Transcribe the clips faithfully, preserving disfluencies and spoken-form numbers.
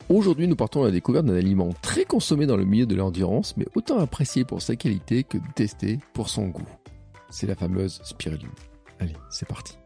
Aujourd'hui, nous partons à la découverte d'un aliment très consommé dans le milieu de l'endurance, mais autant apprécié pour sa qualité que détesté pour son goût. C'est la fameuse spiruline. Allez, c'est parti.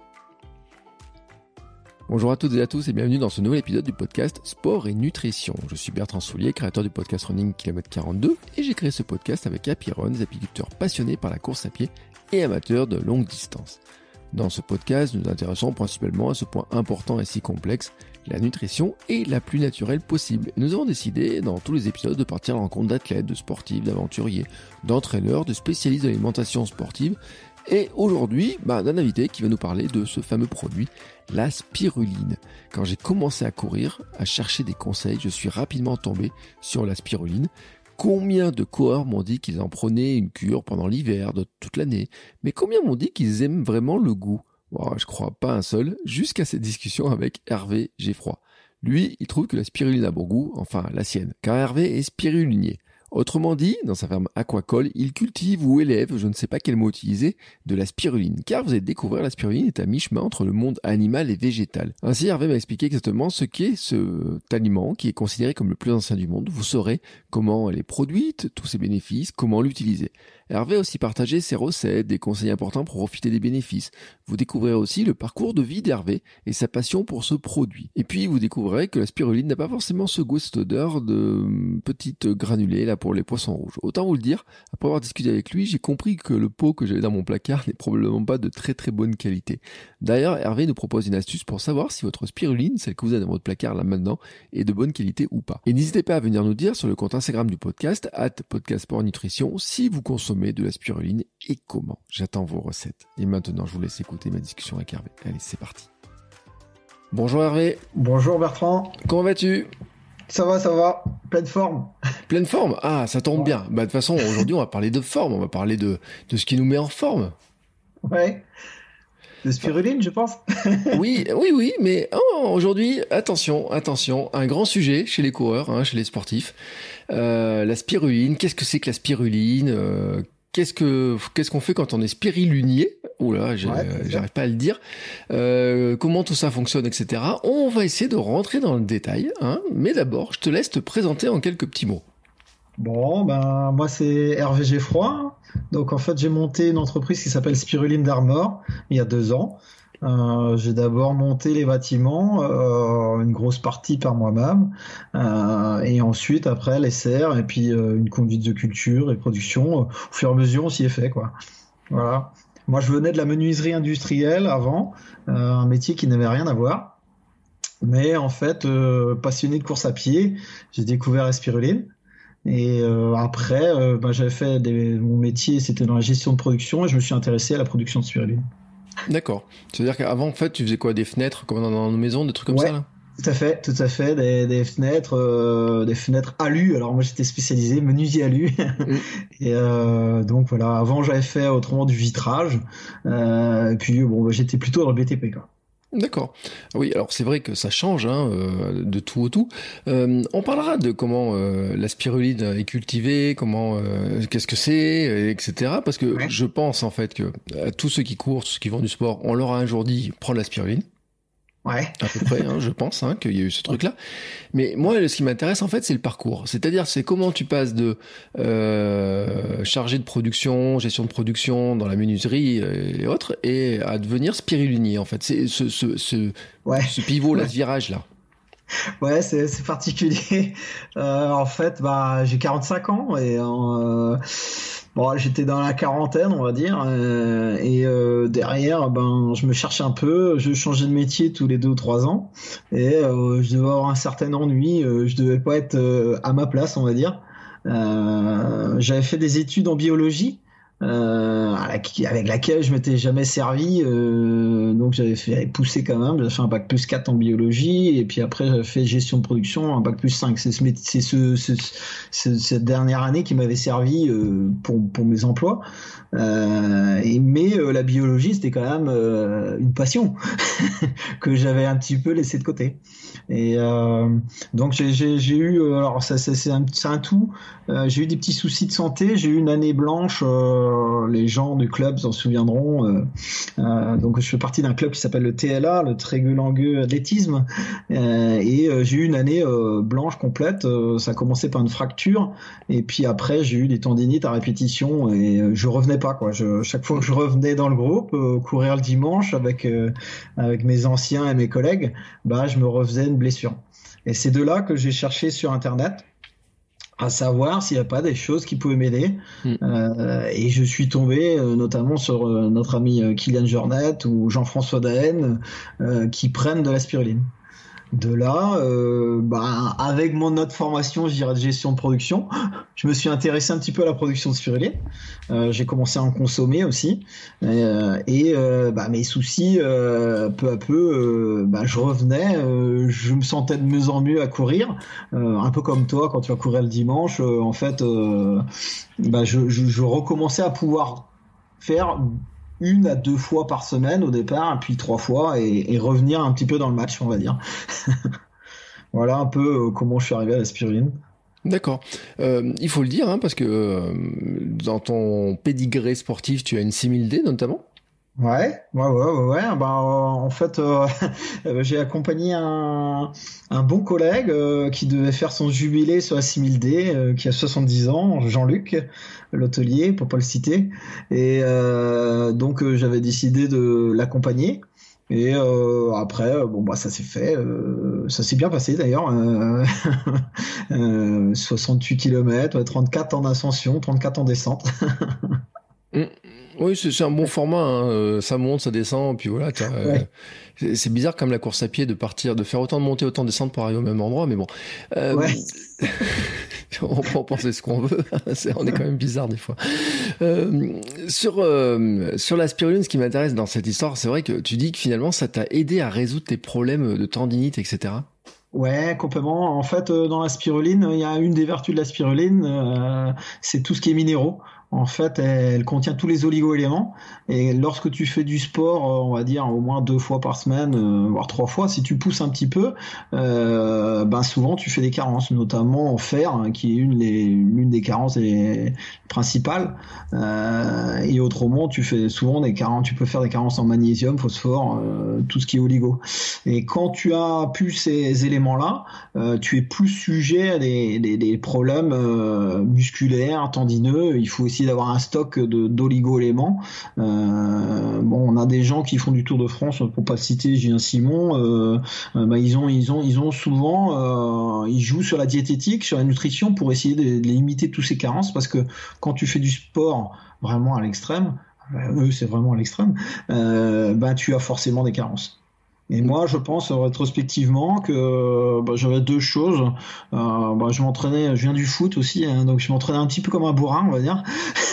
Bonjour à toutes et à tous et bienvenue dans ce nouvel épisode du podcast Sport et Nutrition. Je suis Bertrand Soulier, créateur du podcast Running Kilomètre quarante-deux, et j'ai créé ce podcast avec Happy Runs, apiculteurs passionnés par la course à pied et amateurs de longue distance. Dans ce podcast, nous nous intéressons principalement à ce point important et si complexe, la nutrition est la plus naturelle possible. Et nous avons décidé, dans tous les épisodes, de partir à la rencontre d'athlètes, de sportifs, d'aventuriers, d'entraîneurs, de spécialistes de l'alimentation sportive. Et aujourd'hui, bah, d'un invité qui va nous parler de ce fameux produit, la spiruline. Quand j'ai commencé à courir, à chercher des conseils, je suis rapidement tombé sur la spiruline. Combien de coureurs m'ont dit qu'ils en prenaient une cure pendant l'hiver, d'autres toute l'année, mais combien m'ont dit qu'ils aiment vraiment le goût? Bon, je crois pas un seul, jusqu'à cette discussion avec Hervé Geffroy. Lui, il trouve que la spiruline a bon goût, enfin la sienne, car Hervé est spirulinier. Autrement dit, dans sa ferme aquacole, il cultive ou élève, je ne sais pas quel mot utiliser, de la spiruline. Car vous allez découvrir, la spiruline est à mi-chemin entre le monde animal et végétal. Ainsi, Hervé m'a expliqué exactement ce qu'est cet aliment qui est considéré comme le plus ancien du monde. Vous saurez comment elle est produite, tous ses bénéfices, comment l'utiliser. Hervé a aussi partagé ses recettes, des conseils importants pour profiter des bénéfices. Vous découvrirez aussi le parcours de vie d'Hervé et sa passion pour ce produit. Et puis, vous découvrirez que la spiruline n'a pas forcément ce goût, cette odeur de petites granulées là pour les poissons rouges. Autant vous le dire, après avoir discuté avec lui, j'ai compris que le pot que j'avais dans mon placard n'est probablement pas de très très bonne qualité. D'ailleurs, Hervé nous propose une astuce pour savoir si votre spiruline, celle que vous avez dans votre placard là maintenant, est de bonne qualité ou pas. Et n'hésitez pas à venir nous dire sur le compte Instagram du podcast, arobase podcast sport nutrition, si vous consommez de la spiruline et comment. J'attends vos recettes. Et maintenant, je vous laisse écouter ma discussion avec Hervé. Allez, c'est parti. Bonjour Hervé. Bonjour Bertrand. Comment vas-tu ? Ça va, ça va. Pleine forme. Pleine forme ? Ah, ça tombe ouais. bien. Bah, de toute façon, aujourd'hui, on va parler de forme. On va parler de, de ce qui nous met en forme. Ouais. De spiruline, je pense. oui, oui, oui, mais oh, aujourd'hui, attention, attention, un grand sujet chez les coureurs, hein, chez les sportifs. Euh, la spiruline, qu'est-ce que c'est que la spiruline ? euh, Qu'est-ce que qu'est-ce qu'on fait quand on est spirilunier ? Oula, j'ai, ouais, j'arrive pas à le dire. Euh, comment tout ça fonctionne, et cetera. On va essayer de rentrer dans le détail, hein, mais d'abord, je te laisse te présenter en quelques petits mots. Bon, ben moi c'est Hervé Geffroy. Donc en fait, j'ai monté une entreprise qui s'appelle Spiruline d'Armor il y a deux ans. Euh, j'ai d'abord monté les bâtiments, euh, une grosse partie par moi-même, euh, et ensuite après les serres et puis euh, une conduite de culture et production. Au fur et à mesure, on s'y est fait, quoi. Voilà. Moi, je venais de la menuiserie industrielle avant, euh, un métier qui n'avait rien à voir. Mais en fait, euh, passionné de course à pied, j'ai découvert la spiruline. Et euh, après, euh, bah, j'avais fait des... mon métier, c'était dans la gestion de production, et je me suis intéressé à la production de spiruline. D'accord. C'est-à-dire qu'avant, en fait, tu faisais quoi, des fenêtres, comme dans nos maisons, des trucs comme ouais, ça là ? Tout à fait, tout à fait, des, des fenêtres, euh, des fenêtres alu. Alors moi, j'étais spécialisé menuisier alu. Mmh. Et euh, donc voilà. Avant, j'avais fait autrement du vitrage. Euh, et puis bon, bah, j'étais plutôt dans le B T P, quoi. D'accord. Oui, alors c'est vrai que ça change hein, euh, de tout au tout. Euh, on parlera de comment euh, la spiruline est cultivée, comment, euh, qu'est-ce que c'est, et cetera. Parce que ouais. je pense en fait que à tous ceux qui courent, tous ceux qui font du sport, on leur a un jour dit prends de la spiruline. Ouais. À peu près, hein, je pense hein, qu'il y a eu ce truc-là. Mais moi, ce qui m'intéresse en fait, c'est le parcours. C'est-à-dire, c'est comment tu passes de euh, chargé de production, gestion de production dans la menuiserie et autres, et à devenir spirulinier. En fait, c'est ce ce ce, ouais. ce pivot là, ouais. ce virage là. Ouais, c'est c'est particulier. Euh, en fait, bah, j'ai quarante-cinq ans et euh, bon, j'étais dans la quarantaine, on va dire, euh, et euh, derrière, ben, je me cherchais un peu. Je changeais de métier tous les deux ou trois ans, et euh, je devais avoir un certain ennui. Euh, je devais pas être euh, à ma place, on va dire. Euh, j'avais fait des études en biologie. Euh, avec laquelle je m'étais jamais servi, euh, donc j'avais fait pousser quand même. J'avais fait un bac plus quatre en biologie, et puis après j'avais fait gestion de production, un bac plus cinq. C'est, ce, c'est ce, ce, ce, cette dernière année qui m'avait servi euh, pour, pour mes emplois. Euh, et, mais euh, la biologie, c'était quand même euh, une passion que j'avais un petit peu laissé de côté. Et euh, donc j'ai, j'ai, j'ai eu, alors ça, ça, c'est, un, c'est un tout. Euh, j'ai eu des petits soucis de santé. J'ai eu une année blanche. Euh, euh, les gens du club s'en souviendront. Euh, euh, donc je fais partie d'un club qui s'appelle le T L A, le Trégueux-Langueux Athlétisme, euh, et euh, j'ai eu une année euh, blanche complète. Euh, ça a commencé par une fracture, et puis après j'ai eu des tendinites à répétition, et euh, je revenais pas quoi. Je, chaque fois que je revenais dans le groupe, euh, courir le dimanche avec euh, avec mes anciens et mes collègues, bah je me refaisais une blessure. Et c'est de là que j'ai cherché sur internet à savoir s'il n'y a pas des choses qui pouvaient m'aider. Mmh. Euh, et je suis tombé euh, notamment sur euh, notre ami euh, Kylian Jornet ou Jean-François Daen euh, qui prennent de la spiruline. De là, euh, bah, avec mon autre formation, je dirais de gestion de production, je me suis intéressé un petit peu à la production de spiruline. Euh, j'ai commencé à en consommer aussi. Euh, et euh, bah, mes soucis, euh, peu à peu, euh, bah, je revenais, euh, je me sentais de mieux en mieux à courir. Euh, un peu comme toi, quand tu vas courir le dimanche, euh, en fait, euh, bah, je, je, je recommençais à pouvoir faire une à deux fois par semaine au départ, puis trois fois, et, et revenir un petit peu dans le match, on va dire. Voilà un peu euh, comment je suis arrivé à la spiruline. D'accord. Euh, il faut le dire, hein, parce que euh, dans ton pédigré sportif, tu as une six mille D notamment. Ouais, ouais, ouais, ouais, ouais. Bah, euh, en fait, euh, j'ai accompagné un, un bon collègue euh, qui devait faire son jubilé sur la six mille D, euh, qui a soixante-dix ans, Jean-Luc, l'hôtelier, pour pas le citer. Et euh, donc, euh, j'avais décidé de l'accompagner. Et euh, après, bon bah ça s'est fait, euh, ça s'est bien passé d'ailleurs. Euh, euh, soixante-huit kilomètres, trente-quatre en ascension, trente-quatre en descente. Mmh. Oui, c'est, c'est un bon format, hein. Ça monte, ça descend, puis voilà. Euh, ouais. c'est, c'est bizarre comme la course à pied de partir, de faire autant de montées, autant de descentes pour arriver au même endroit, mais bon. Euh, ouais. On peut en penser ce qu'on veut, c'est, on est quand même bizarre des fois. Euh, sur, euh, sur la spiruline, ce qui m'intéresse dans cette histoire, c'est vrai que tu dis que finalement ça t'a aidé à résoudre tes problèmes de tendinite, et cetera. Ouais, complètement. En fait, euh, dans la spiruline, il y a une des vertus de la spiruline, euh, c'est tout ce qui est minéraux. En fait, elle, elle contient tous les oligo-éléments. Et lorsque tu fais du sport, on va dire au moins deux fois par semaine, euh, voire trois fois, si tu pousses un petit peu, euh, ben souvent tu fais des carences, notamment en fer, hein, qui est une des, l'une des carences les principales. Euh, et autrement, tu fais souvent des carences. Tu peux faire des carences en magnésium, phosphore, euh, tout ce qui est oligo. Et quand tu as plus ces éléments-là, euh, tu es plus sujet à des, des, des problèmes euh, musculaires, tendineux. Il faut essayer d'avoir un stock de, d'oligo-éléments. Euh, bon, on a des gens qui font du Tour de France, pour pas le citer, Julien Simon. Euh, euh, bah, ils ont, ils ont, ils ont souvent, euh, ils jouent sur la diététique, sur la nutrition pour essayer de, de limiter tous ces carences, parce que quand tu fais du sport vraiment à l'extrême, bah, eux c'est vraiment à l'extrême, euh, bah tu as forcément des carences. Et moi, je pense rétrospectivement que bah, j'avais deux choses. Euh, bah, je m'entraînais, je viens du foot aussi, hein, donc je m'entraînais un petit peu comme un bourrin, on va dire.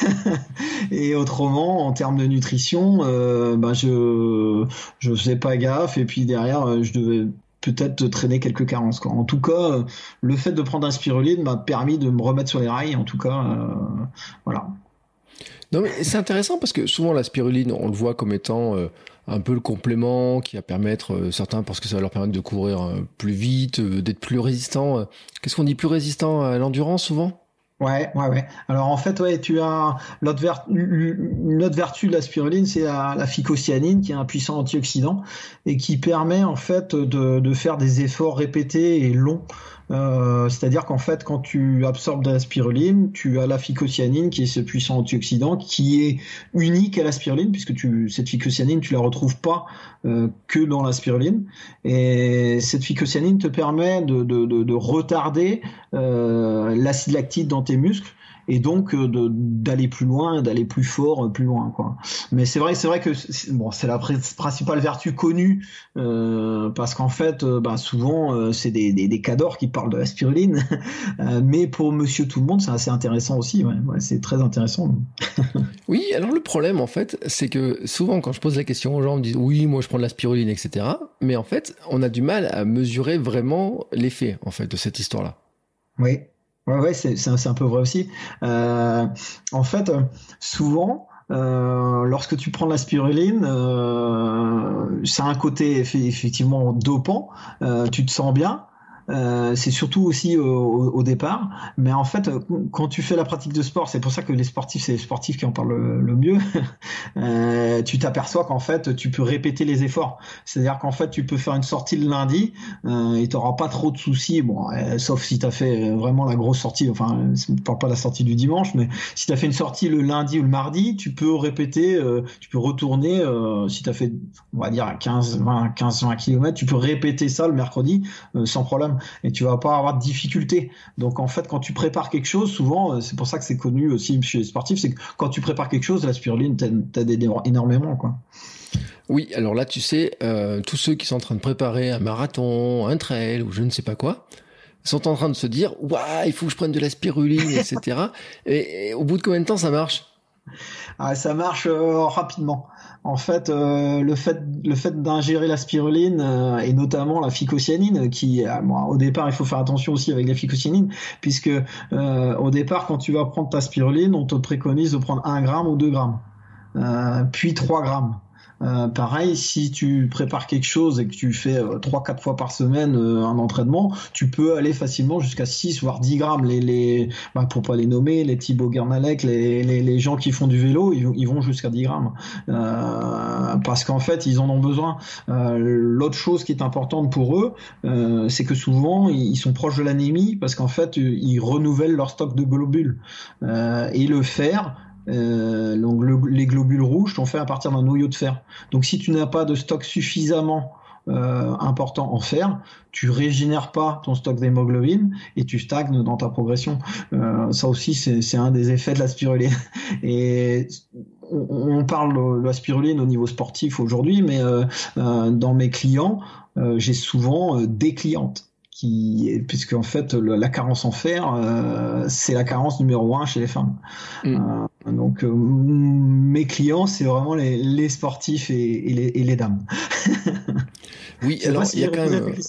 Et autrement, en termes de nutrition, euh, bah, je je faisais pas gaffe. Et puis derrière, je devais peut-être traîner quelques carences, quoi. En tout cas, le fait de prendre un spiruline m'a permis de me remettre sur les rails. En tout cas, euh, voilà. Non, mais c'est intéressant parce que souvent la spiruline, on le voit comme étant euh, un peu le complément qui va permettre, euh, certains parce que ça va leur permettre de courir euh, plus vite, euh, d'être plus résistant. Euh. Qu'est-ce qu'on dit, plus résistant à l'endurance souvent ? Ouais, ouais, ouais. Alors en fait, ouais, tu as l'autre ver... une autre vertu de la spiruline, c'est la, la phycocyanine, qui est un puissant antioxydant et qui permet en fait de, de faire des efforts répétés et longs. Euh, c'est-à-dire qu'en fait, quand tu absorbes de la spiruline, tu as la phycocyanine, qui est ce puissant antioxydant, qui est unique à la spiruline, puisque tu, cette phycocyanine, tu la retrouves pas euh, que dans la spiruline. Et cette phycocyanine te permet de, de, de, de retarder euh, l'acide lactique dans tes muscles, et donc euh, de, d'aller plus loin, d'aller plus fort, plus loin, quoi. Mais c'est vrai, c'est vrai que c'est, bon, c'est la pr- principale vertu connue, euh, parce qu'en fait, euh, bah, souvent, euh, c'est des, des, des cadors qui parlent de la spiruline, euh, mais pour Monsieur Tout le Monde, c'est assez intéressant aussi. Ouais, ouais, c'est très intéressant. Oui, alors le problème, en fait, c'est que souvent, quand je pose la question aux gens, on me dit oui, moi, je prends de la spiruline, et cetera. Mais en fait, on a du mal à mesurer vraiment l'effet, en fait, de cette histoire-là. Oui. Ouais, ouais, c'est, c'est, c'est un peu vrai aussi. Euh, en fait, souvent, euh, lorsque tu prends de la spiruline, euh, ça a un côté effectivement dopant. Euh, tu te sens bien, euh, c'est surtout aussi au, au, au départ. Mais en fait, quand tu fais la pratique de sport, c'est pour ça que les sportifs, c'est les sportifs qui en parlent le, le mieux. euh, tu t'aperçois qu'en fait, tu peux répéter les efforts. C'est-à-dire qu'en fait, tu peux faire une sortie le lundi euh, et t'auras pas trop de soucis. Bon, euh, sauf si t'as fait vraiment la grosse sortie. Enfin, je ne parle pas de la sortie du dimanche, mais si t'as fait une sortie le lundi ou le mardi, tu peux répéter, euh, tu peux retourner. Euh, si t'as fait, on va dire quinze, vingt, quinze, vingt kilomètres, tu peux répéter ça le mercredi euh, sans problème et tu vas pas avoir de difficultés. Donc en fait, quand tu prépares quelque chose, souvent, euh, c'est pour ça que c'est connu aussi chez les sportifs, c'est que quand tu prépares quelque chose, la spiruline t'aide, t'aide énormément, quoi. Oui, alors là, tu sais, euh, tous ceux qui sont en train de préparer un marathon, un trail ou je ne sais pas quoi, sont en train de se dire « Waouh, il faut que je prenne de la spiruline, et cetera » et, et au bout de combien de temps ça marche? Ah, ça marche euh, rapidement. En fait, euh, le fait le fait d'ingérer la spiruline euh, et notamment la phycocyanine, qui euh, bon, au départ il faut faire attention aussi avec la phycocyanine, puisque euh, au départ quand tu vas prendre ta spiruline, on te préconise de prendre un gramme ou deux grammes, euh, puis trois grammes. Euh, pareil, si tu prépares quelque chose et que tu fais euh, trois quatre fois par semaine euh, un entraînement, tu peux aller facilement jusqu'à six voire dix grammes. Les, les, bah, pour pas les nommer, les Thibaut Guernalec, les, les, les gens qui font du vélo, ils, ils vont jusqu'à dix grammes. Euh, parce qu'en fait, ils en ont besoin. Euh, l'autre chose qui est importante pour eux, euh, c'est que souvent, ils sont proches de l'anémie parce qu'en fait, ils renouvellent leur stock de globules. Euh, et le fer, Euh, donc le, les globules rouges sont faits à partir d'un noyau de fer. Donc si tu n'as pas de stock suffisamment euh, important en fer, tu régénères pas ton stock d'hémoglobine et tu stagnes dans ta progression. Euh, ça aussi c'est, c'est un des effets de la spiruline. Et on, on parle de la spiruline au niveau sportif aujourd'hui, mais euh, euh, dans mes clients, euh, j'ai souvent euh, des clientes. Qui, puisque en fait le, la carence en fer euh, c'est la carence numéro un chez les femmes. Mm. Euh, donc euh, mes clients c'est vraiment les, les sportifs et, et, les, et les dames. Oui, alors il y a quand même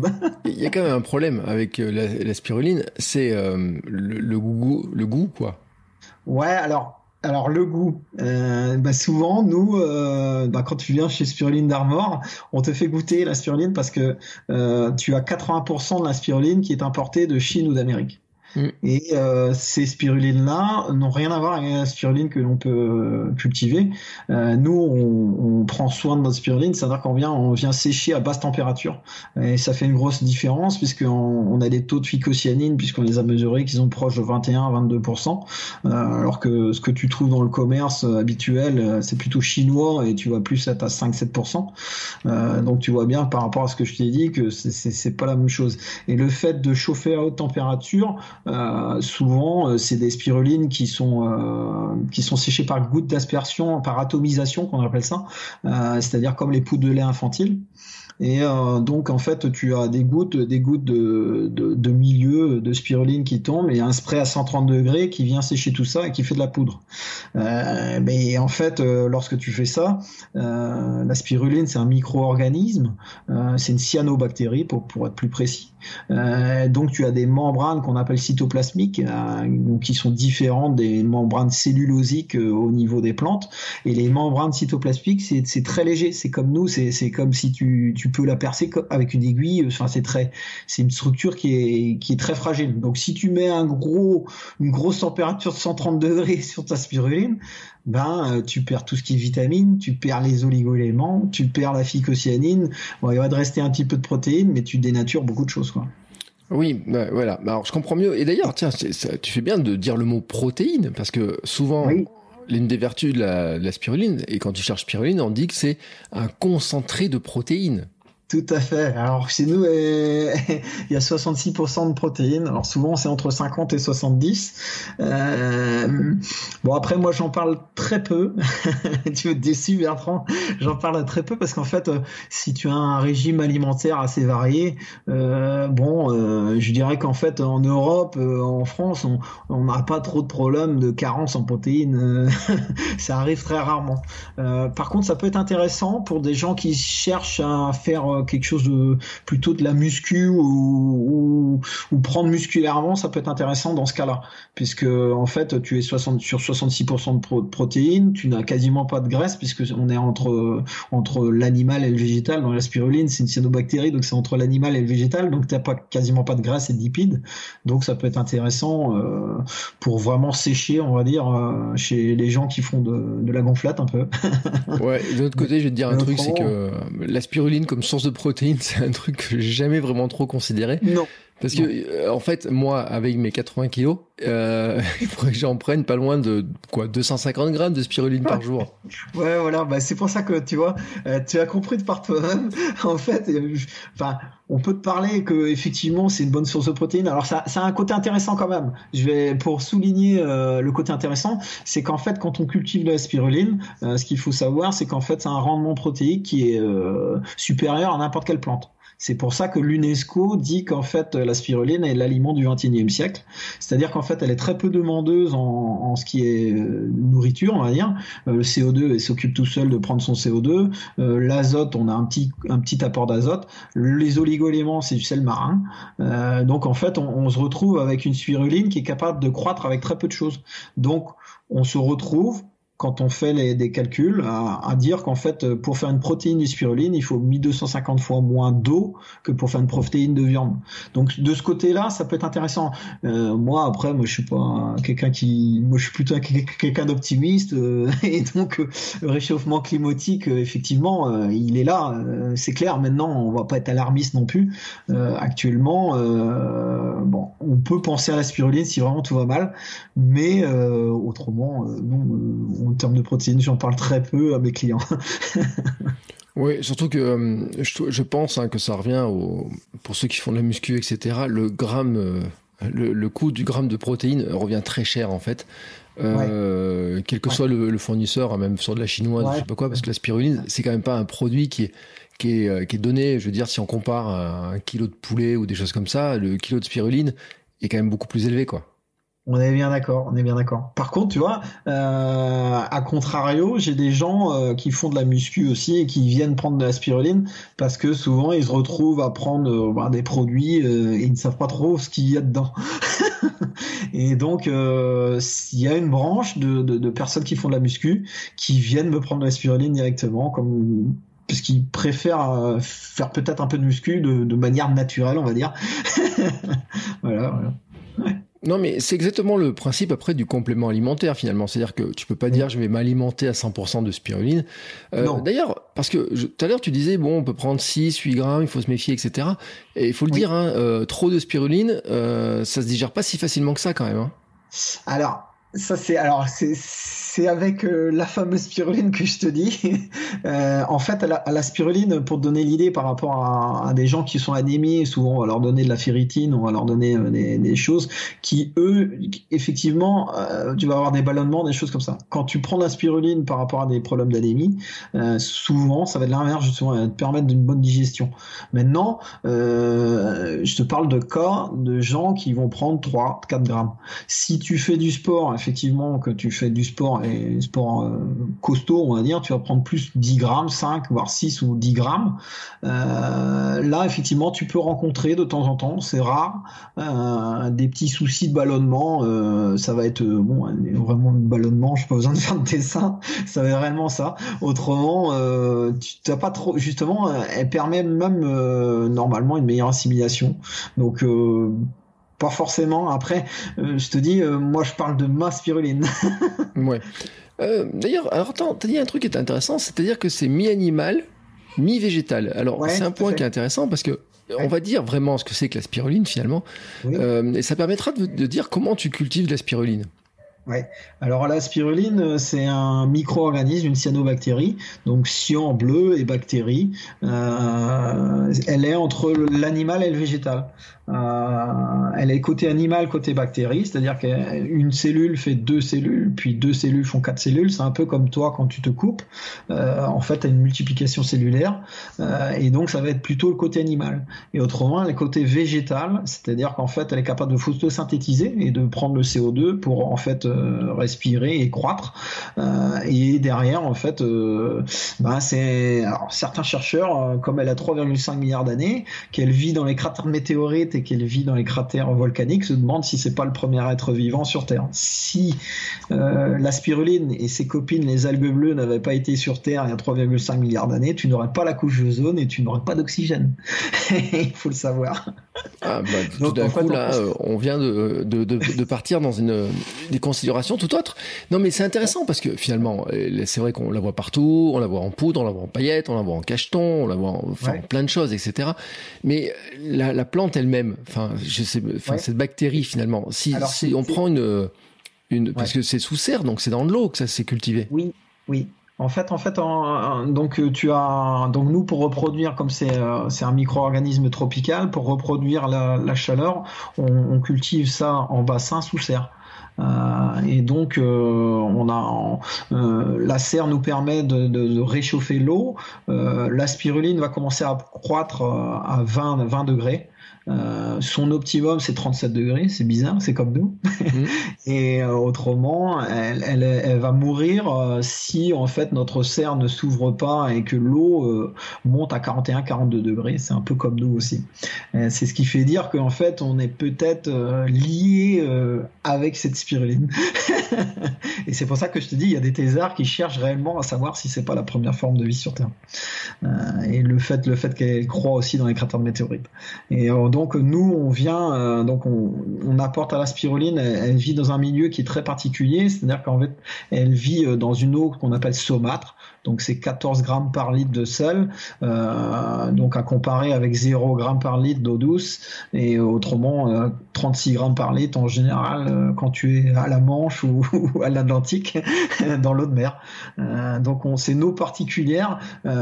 il y a quand même un problème avec la, la spiruline, c'est euh, le, le goût le goût quoi. Ouais, alors Alors le goût, euh, bah souvent nous, euh, bah quand tu viens chez Spiruline d'Armor, on te fait goûter la spiruline parce que euh, tu as quatre-vingts pour cent de la spiruline qui est importée de Chine ou d'Amérique. Mmh. Et euh, ces spirulines-là n'ont rien à voir avec la spiruline que l'on peut cultiver. Euh, nous, on, on prend soin de notre spiruline, c'est-à-dire qu'on vient, on vient sécher à basse température, et ça fait une grosse différence puisqu'on on a des taux de phycocyanine, puisqu'on les a mesurés, qui sont proches de vingt et un à vingt-deux pour cent, euh, alors que ce que tu trouves dans le commerce habituel, c'est plutôt chinois et tu vas plus être à cinq à sept pour cent. Euh, donc tu vois bien par rapport à ce que je t'ai dit que c'est, c'est, c'est pas la même chose. Et le fait de chauffer à haute température, Euh, souvent euh, c'est des spirulines qui sont euh, qui sont séchées par gouttes d'aspersion, par atomisation qu'on appelle ça, euh, c'est-à-dire comme les poudres de lait infantile. Et euh, donc en fait tu as des gouttes des gouttes de, de, de milieu de spiruline qui tombent et un spray à cent trente degrés qui vient sécher tout ça et qui fait de la poudre. Euh, mais en fait euh, lorsque tu fais ça, euh, la spiruline c'est un micro-organisme, euh, c'est une cyanobactérie pour, pour être plus précis. Euh, donc tu as des membranes qu'on appelle cytoplasmiques, euh, donc qui sont différentes des membranes cellulosiques euh, au niveau des plantes. Et les membranes cytoplasmiques c'est, c'est très léger, c'est comme nous, c'est, c'est comme si tu, tu peux la percer avec une aiguille. Enfin c'est très, c'est une structure qui est qui est très fragile. Donc si tu mets un gros une grosse température de cent trente degrés sur ta spiruline, ben tu perds tout ce qui est vitamine, tu perds les oligo-éléments, tu perds la phycocyanine. Bon, il va te rester un petit peu de protéines, mais tu dénatures beaucoup de choses, quoi. Oui, bah, voilà. Alors je comprends mieux. Et d'ailleurs, tiens, c'est, ça, tu fais bien de dire le mot protéine parce que souvent. Oui. L'une des vertus de la, de la spiruline, et quand tu cherches spiruline, on dit que c'est un concentré de protéines. Tout à fait. Alors chez nous, euh, il y a soixante-six pour cent de protéines. Alors souvent, c'est entre cinquante et soixante-dix. Euh, bon, après, moi, j'en parle très peu. Tu vas être déçu, Bertrand. J'en parle très peu parce qu'en fait, euh, si tu as un régime alimentaire assez varié, euh, bon, euh, je dirais qu'en fait, en Europe, euh, en France, on n'a pas trop de problèmes de carence en protéines. Ça arrive très rarement. Euh, par contre, ça peut être intéressant pour des gens qui cherchent à faire euh, quelque chose de plutôt de la muscu ou, ou, ou prendre musculairement, ça peut être intéressant dans ce cas-là, puisque en fait tu es soixante sur soixante-six pour cent de, pro, de protéines, tu n'as quasiment pas de graisse puisque on est entre entre l'animal et le végétal. Dans la spiruline, c'est une cyanobactérie, donc c'est entre l'animal et le végétal, donc tu n'as pas quasiment pas de graisse et de lipides, donc ça peut être intéressant euh, pour vraiment sécher, on va dire, euh, chez les gens qui font de, de la gonflate un peu. Ouais, et de l'autre côté, je vais te dire un truc, c'est que la spiruline comme source de protéines, c'est un truc que j'ai jamais vraiment trop considéré. Non. Parce que, euh, en fait, moi, avec mes quatre-vingts kilos, euh, il faudrait que j'en prenne pas loin de, quoi, deux cent cinquante grammes de spiruline par jour. Ouais, voilà, bah, c'est pour ça que, tu vois, euh, tu as compris de par toi-même. En fait, euh, enfin, on peut te parler que, effectivement, c'est une bonne source de protéines. Alors, ça, ça a un côté intéressant quand même. Je vais, pour souligner, euh, le côté intéressant, c'est qu'en fait, quand on cultive de la spiruline, euh, ce qu'il faut savoir, c'est qu'en fait, c'est un rendement protéique qui est, euh, supérieur à n'importe quelle plante. C'est pour ça que l'UNESCO dit qu'en fait la spiruline est l'aliment du vingt et unième siècle. C'est-à-dire qu'en fait elle est très peu demandeuse en, en ce qui est euh, nourriture, on va dire. Euh, le C O deux, elle s'occupe tout seul de prendre son C O deux. Euh, l'azote, on a un petit un petit apport d'azote. Les oligo-éléments, c'est du sel marin. Euh, donc en fait on, on se retrouve avec une spiruline qui est capable de croître avec très peu de choses. Donc on se retrouve, quand on fait les, des calculs, à, à dire qu'en fait, pour faire une protéine de spiruline, il faut mille deux cent cinquante fois moins d'eau que pour faire une protéine de viande. Donc, de ce côté-là, ça peut être intéressant. Euh, moi, après, moi, je suis pas quelqu'un qui, moi, je suis plutôt quelqu'un d'optimiste, euh, et donc, euh, le réchauffement climatique, euh, effectivement, euh, il est là, euh, c'est clair. Maintenant, on va pas être alarmiste non plus. Euh, actuellement, euh, bon, on peut penser à la spiruline si vraiment tout va mal, mais euh, autrement, euh, non, euh, on en termes de protéines, j'en parle très peu à mes clients. Oui, surtout que euh, je, je pense hein, que ça revient au, pour ceux qui font de la muscu, et cetera. Le gramme, euh, le, le coût du gramme de protéines revient très cher en fait. Euh, ouais. Quel que ouais. soit le, le fournisseur, hein, même sur de la chinoise, ouais. je sais pas quoi, parce que la spiruline, c'est quand même pas un produit qui est qui est qui est donné. Je veux dire, si on compare à un kilo de poulet ou des choses comme ça, le kilo de spiruline est quand même beaucoup plus élevé, quoi. On est bien d'accord, on est bien d'accord. Par contre, tu vois, euh, à contrario, j'ai des gens euh, qui font de la muscu aussi et qui viennent prendre de la spiruline parce que souvent ils se retrouvent à prendre euh, bah, des produits euh, et ils ne savent pas trop ce qu'il y a dedans. Et donc, euh, il y a une branche de, de, de personnes qui font de la muscu qui viennent me prendre de la spiruline directement, comme parce qu'ils préfèrent euh, faire peut-être un peu de muscu de, de manière naturelle, on va dire. Voilà, voilà. Ouais. Non, mais c'est exactement le principe après du complément alimentaire finalement. C'est-à-dire que tu peux pas dire je vais m'alimenter à cent pour cent de spiruline. Euh, non. D'ailleurs, parce que je, tout à l'heure tu disais bon, on peut prendre six, huit grammes, il faut se méfier, et cetera. Et il faut le oui. dire, hein, euh, trop de spiruline, euh, ça se digère pas si facilement que ça quand même. Hein. Alors. Ça c'est alors c'est c'est avec euh, la fameuse spiruline que je te dis. euh, en fait, à la, à la spiruline, pour te donner l'idée par rapport à, à des gens qui sont anémiés, souvent on va leur donner de la ferritine, on va leur donner euh, des, des choses qui eux, effectivement, euh, tu vas avoir des ballonnements, des choses comme ça. Quand tu prends de la spiruline par rapport à des problèmes d'anémie, euh, souvent ça va être l'inverse, justement, ça va te permettre d'une bonne digestion. Maintenant, euh, je te parle de cas de gens qui vont prendre trois, quatre grammes. Si tu fais du sport, effectivement, que tu fais du sport et sport euh, costaud, on va dire, tu vas prendre plus dix grammes, cinq, voire six ou dix grammes. Euh, là, effectivement, tu peux rencontrer de temps en temps, c'est rare, euh, des petits soucis de ballonnement. Euh, ça va être, bon, vraiment de ballonnement, je n'ai pas besoin de faire de dessin, ça va être réellement ça. Autrement, euh, tu n'as pas trop, justement, elle permet même euh, normalement une meilleure assimilation. Donc, euh, pas forcément. Après, euh, je te dis, euh, moi, je parle de ma spiruline. Ouais. Euh, d'ailleurs, alors attends, t'as dit un truc qui est intéressant, c'est-à-dire que c'est mi-animal, mi-végétal. Alors, ouais, c'est un point qui est intéressant parce que ouais. on va dire vraiment ce que c'est que la spiruline finalement, oui. euh, et ça permettra de, de dire comment tu cultives de la spiruline. Ouais. Alors la spiruline, c'est un micro-organisme, une cyanobactérie, donc cyan bleu et bactérie. Euh, elle est entre l'animal et le végétal. Euh, elle est côté animal, côté bactérie, c'est-à-dire qu'une cellule fait deux cellules, puis deux cellules font quatre cellules. C'est un peu comme toi quand tu te coupes. Euh, en fait, tu as une multiplication cellulaire, euh, et donc ça va être plutôt le côté animal. Et autrement, le côté végétal, c'est-à-dire qu'en fait, elle est capable de photosynthétiser et de prendre le C O deux pour en fait euh, respirer et croître. Euh, et derrière, en fait, euh, bah, c'est alors, certains chercheurs, euh, comme elle a trois virgule cinq milliards d'années, qu'elle vit dans les cratères météorites et qu'elle vit dans les cratères volcaniques, se demandent si c'est pas le premier être vivant sur Terre. Si euh, la spiruline et ses copines, les algues bleues, n'avaient pas été sur Terre il y a trois virgule cinq milliards d'années, tu n'aurais pas la couche d'ozone et tu n'aurais pas d'oxygène. Il faut le savoir. Ah, bah, tout Donc, d'un en coup, fait, on là, pense- euh, on vient de, de, de, de partir dans une, des considérations tout autres. Non, mais c'est intéressant parce que finalement, euh, c'est vrai qu'on la voit partout, on la voit en poudre, on la voit en paillettes, on la voit en cacheton, on la voit en, enfin, Ouais. en plein de choses, et cetera. Mais la, la plante elle-même, enfin, je sais, enfin, Ouais. cette bactérie finalement, si, Alors, si c'est- on c'est- prend une, une, parce Ouais. que c'est sous serre, donc c'est dans de l'eau que ça s'est cultivé. Oui, oui. En fait, en fait, en- en- donc euh, tu as donc nous pour reproduire comme c'est euh, c'est un micro-organisme tropical pour reproduire la, la chaleur, on, on cultive ça en bassin sous serre. Euh, et donc euh, on a euh, la serre nous permet de, de, de réchauffer l'eau. Euh, la spiruline va commencer à croître euh, à vingt, vingt degrés. Euh, son optimum c'est trente-sept degrés, c'est bizarre, c'est comme nous. Mmh. Et euh, autrement, elle, elle, elle va mourir euh, si en fait notre serre ne s'ouvre pas et que l'eau euh, monte à quarante et un à quarante-deux degrés. C'est un peu comme nous aussi. Euh, c'est ce qui fait dire qu'en fait on est peut-être euh, lié euh, avec cette spiruline. Et c'est pour ça que je te dis, il y a des thésards qui cherchent réellement à savoir si c'est pas la première forme de vie sur Terre. Euh, et le fait, le fait qu'elle croît aussi dans les cratères de météorites. Et euh, donc nous, on vient, euh, donc on, on apporte à la spiruline. Elle, elle vit dans un milieu qui est très particulier, c'est-à-dire qu'en fait, elle vit dans une eau qu'on appelle saumâtre. Donc c'est quatorze grammes par litre de sel, euh, donc à comparer avec zéro gramme par litre d'eau douce, et autrement euh, trente-six grammes par litre en général euh, quand tu es à la Manche ou, ou à l'Atlantique dans l'eau de mer. Euh, donc on, c'est une eau particulière,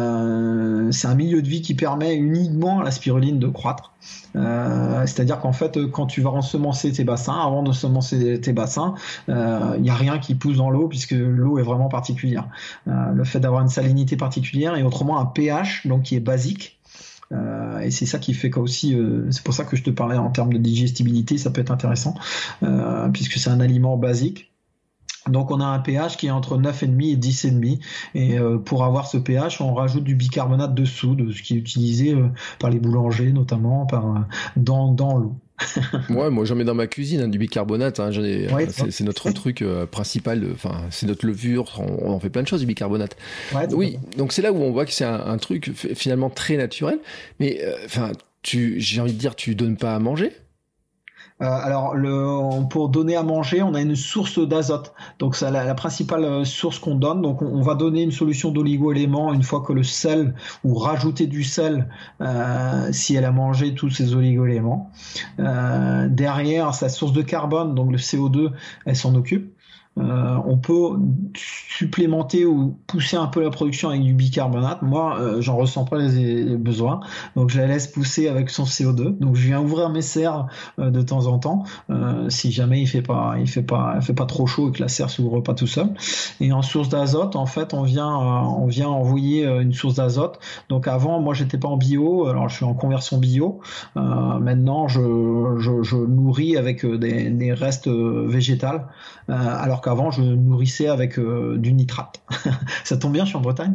euh, c'est un milieu de vie qui permet uniquement à la spiruline de croître. Euh, c'est-à-dire qu'en fait, quand tu vas ensemencer tes bassins, avant de semencer tes bassins, il euh, n'y a rien qui pousse dans l'eau puisque l'eau est vraiment particulière. Euh, le fait d'avoir une salinité particulière et autrement un pH donc qui est basique. Euh, et c'est ça qui fait qu'aussi, euh, c'est pour ça que je te parlais en termes de digestibilité, ça peut être intéressant euh, puisque c'est un aliment basique. Donc on a un pH qui est entre neuf virgule cinq et dix virgule cinq et euh, pour avoir ce pH on rajoute du bicarbonate de soude, ce qui est utilisé euh, par les boulangers notamment par, euh, dans, dans l'eau. Ouais, moi j'en mets dans ma cuisine hein, du bicarbonate. Hein, j'en ai, Ouais, euh, c'est, c'est notre truc euh, principal. Enfin, c'est notre levure. On, on en fait plein de choses du bicarbonate. Ouais, oui, donc c'est là où on voit que c'est un, un truc f- finalement très naturel. Mais enfin, euh, tu, j'ai envie de dire, tu donnes pas à manger. Euh, alors, le, pour donner à manger, on a une source d'azote. Donc, c'est la, la principale source qu'on donne. Donc, on, on va donner une solution d'oligo-éléments une fois que le sel, ou rajouter du sel euh, si elle a mangé tous ces oligo-éléments. Euh, derrière, sa source de carbone, donc le C O deux, elle s'en occupe. Euh, on peut supplémenter ou pousser un peu la production avec du bicarbonate. Moi, euh, j'en ressens pas les, les besoins, donc je la laisse pousser avec son C O deux. Donc je viens ouvrir mes serres euh, de temps en temps, euh, si jamais il fait pas, il fait pas, il fait pas trop chaud et que la serre s'ouvre pas tout seul. Et en source d'azote, en fait, on vient, euh, on vient envoyer une source d'azote. Donc avant, moi, j'étais pas en bio, alors je suis en conversion bio. Euh, maintenant, je, je, je nourris avec des, des restes végétales, euh, alors que Avant, je nourrissais avec euh, du nitrate. Ça tombe bien, je suis en Bretagne.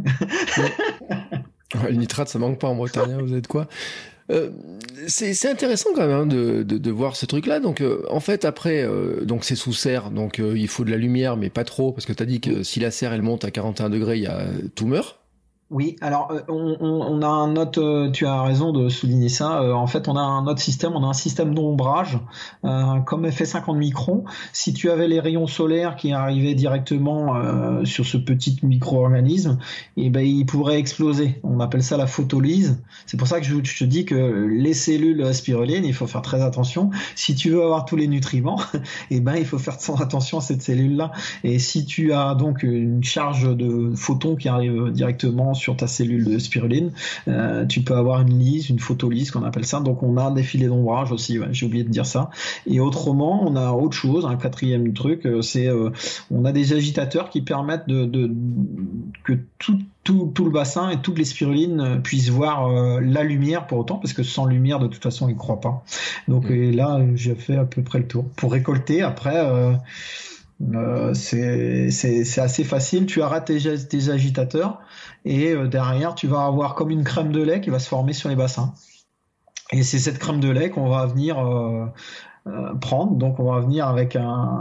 Ouais, le nitrate, ça manque pas en Bretagne, hein, vous êtes quoi euh, c'est, c'est intéressant quand même hein, de, de, de voir ce truc-là. Donc, euh, en fait, après, euh, donc c'est sous serre, donc euh, il faut de la lumière, mais pas trop, parce que tu as dit que si la serre elle monte à quarante et un degrés, il y a tout meurt. Oui, alors euh, on, on, on a un autre, euh, tu as raison de souligner ça, euh, en fait on a un autre système, on a un système d'ombrage, euh, comme F cinquante microns. Si tu avais les rayons solaires qui arrivaient directement euh, sur ce petit micro-organisme, eh ben, il pourrait exploser. On appelle ça la photolyse. C'est pour ça que je, je te dis que les cellules de la spiruline, il faut faire très attention. Si tu veux avoir tous les nutriments, eh ben, il faut faire attention à cette cellule-là. Et si tu as donc une charge de photons qui arrive directement sur ta cellule de spiruline, euh, tu peux avoir une lyse, une photolyse qu'on appelle ça. Donc on a des filets d'ombrage aussi, ouais, j'ai oublié de dire ça. Et autrement, on a autre chose, un quatrième truc, c'est euh, on a des agitateurs qui permettent de, de, de que tout Tout, tout le bassin et toutes les spirulines puissent voir euh, la lumière pour autant, parce que sans lumière, de toute façon, ils ne croient pas. Donc mmh. et là, j'ai fait à peu près le tour. Pour récolter, après, euh, Euh, c'est, c'est, c'est assez facile. Tu arrêtes tes, tes agitateurs et euh, derrière, tu vas avoir comme une crème de lait qui va se former sur les bassins. Et c'est cette crème de lait qu'on va venir euh, euh, prendre. Donc, on va venir avec un,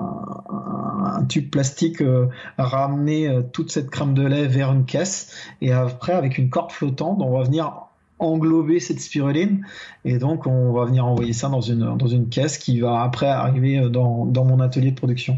un, un tube plastique euh, ramener euh, toute cette crème de lait vers une caisse. Et après, avec une corde flottante, on va venir englober cette spiruline et donc on va venir envoyer ça dans une, dans une caisse qui va après arriver dans, dans mon atelier de production.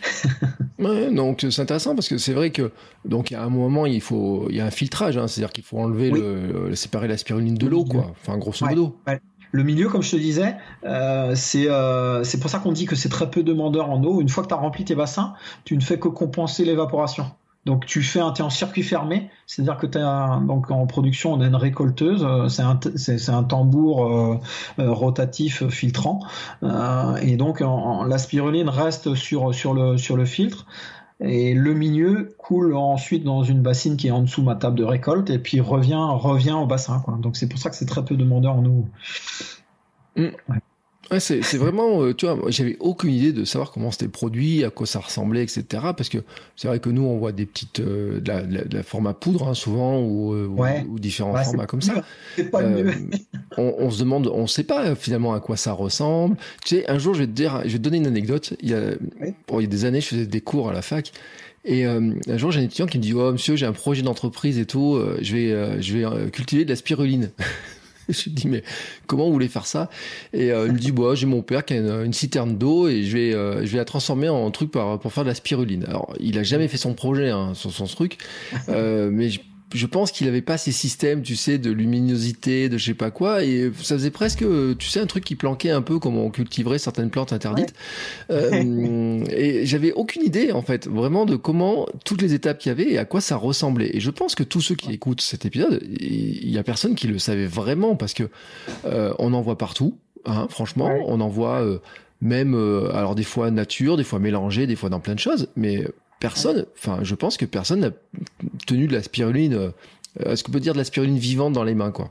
Ouais, donc c'est intéressant parce que c'est vrai que donc à un moment il faut il y a un filtrage, hein, c'est-à-dire qu'il faut enlever oui. le, le séparer la spiruline de l'eau, quoi. Enfin grosso modo. Ouais, ouais. Le milieu, comme je te disais, euh, c'est euh, c'est pour ça qu'on dit que c'est très peu demandeur en eau. Une fois que tu as rempli tes bassins, tu ne fais que compenser l'évaporation. Donc tu fais un, t'es en circuit fermé, c'est-à-dire que t'es un, donc en production on a une récolteuse, c'est un, c'est, c'est un tambour euh, euh, rotatif filtrant, euh, et donc en, en, la spiruline reste sur sur le sur le filtre. Et le milieu coule ensuite dans une bassine qui est en dessous de ma table de récolte et puis revient revient au bassin, quoi. Donc c'est pour ça que c'est très peu demandeur en eau. Mmh. Ouais. Ouais, c'est, c'est vraiment, euh, tu vois, j'avais aucune idée de savoir comment c'était produit, à quoi ça ressemblait, et cetera. Parce que c'est vrai que nous, on voit des petites, euh, de, la, de, la, de la format poudre, hein, souvent, ou, euh, ouais. ou, ou différents ouais, formats comme ça. C'est pas euh, mieux. on, on se demande, on sait pas finalement à quoi ça ressemble. Tu sais, un jour, je vais te dire, je vais te donner une anecdote. Il y a, ouais. bon, il y a des années, je faisais des cours à la fac. Et euh, un jour, j'ai un étudiant qui me dit, oh, monsieur, j'ai un projet d'entreprise et tout, euh, je vais, euh, je vais euh, cultiver de la spiruline. Je lui dis, mais comment vous voulez faire ça? Et euh, il me dit, bah, j'ai mon père qui a une, une citerne d'eau et je vais, euh, je vais la transformer en truc pour, pour faire de la spiruline. Alors, il a jamais fait son projet, hein, sur son truc, euh, mais je, je pense qu'il avait pas ces systèmes, tu sais, de luminosité, de je sais pas quoi, et ça faisait presque, tu sais, un truc qui planquait un peu comme on cultiverait certaines plantes interdites. Ouais. Euh, et j'avais aucune idée, en fait, vraiment de comment, toutes les étapes qu'il y avait et à quoi ça ressemblait. Et je pense que tous ceux qui écoutent cet épisode, il y a personne qui le savait vraiment parce que euh, on en voit partout, hein, franchement, ouais. on en voit euh, même, euh, alors des fois nature, des fois mélangé, des fois dans plein de choses, mais personne, enfin, je pense que personne n'a tenu de la spiruline, euh, est-ce qu'on peut dire de la spiruline vivante dans les mains, quoi?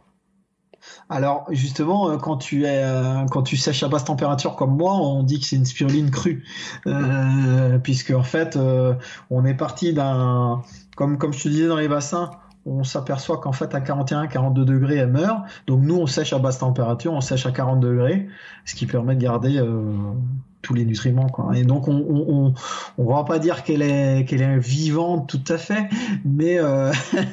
Alors justement, quand tu es, quand tu sèches à basse température comme moi, on dit que c'est une spiruline crue, euh, puisque en fait, euh, on est parti d'un, comme comme je te disais dans les bassins, on s'aperçoit qu'en fait à quarante et un, quarante-deux degrés elle meurt. Donc nous on sèche à basse température, on sèche à quarante degrés, ce qui permet de garder euh, tous les nutriments, quoi. Et donc on on on, on va pas dire qu'elle est qu'elle est vivante tout à fait, mais euh,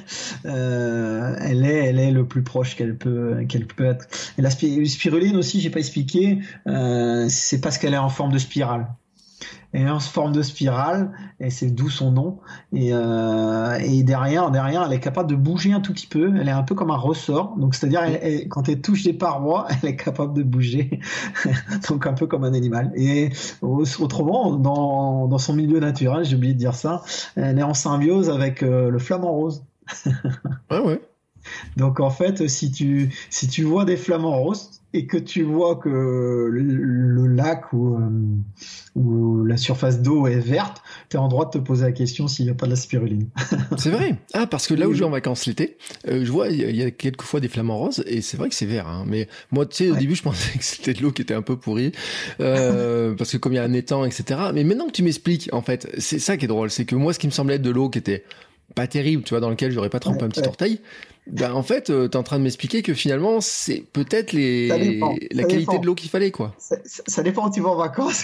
euh, elle est elle est le plus proche qu'elle peut qu'elle peut être. Et la spiruline aussi, j'ai pas expliqué, euh, c'est parce qu'elle est en forme de spirale. Elle est en forme de spirale et c'est d'où son nom. Et, euh, et derrière, derrière, elle est capable de bouger un tout petit peu. Elle est un peu comme un ressort. Donc, c'est-à-dire, elle, elle, quand elle touche des parois, elle est capable de bouger. Donc, un peu comme un animal. Et autrement, dans, dans son milieu naturel, j'ai oublié de dire ça, elle est en symbiose avec euh, le flamant rose. Ouais, ouais. Donc, en fait, si tu, si tu vois des flamants roses, et que tu vois que le, le lac ou, euh, ou la surface d'eau est verte, tu es en droit de te poser la question s'il n'y a pas de la spiruline. C'est vrai. Ah, parce que là où je vais en vacances l'été, euh, je vois, il y, y a quelques fois des flamants roses, et c'est vrai que c'est vert. Hein. Mais moi, tu sais, au ouais. début, je pensais que c'était de l'eau qui était un peu pourrie, euh, parce que comme il y a un étang, et cetera. Mais maintenant que tu m'expliques, en fait, c'est ça qui est drôle, c'est que moi, ce qui me semblait être de l'eau qui était pas terrible, tu vois, dans lequel j'aurais pas trempé ouais, un petit ouais. orteil, ben en fait, euh, t'es en train de m'expliquer que finalement, c'est peut-être les dépend, la qualité dépend. de l'eau qu'il fallait, quoi. Ça, ça dépend où tu vas en vacances.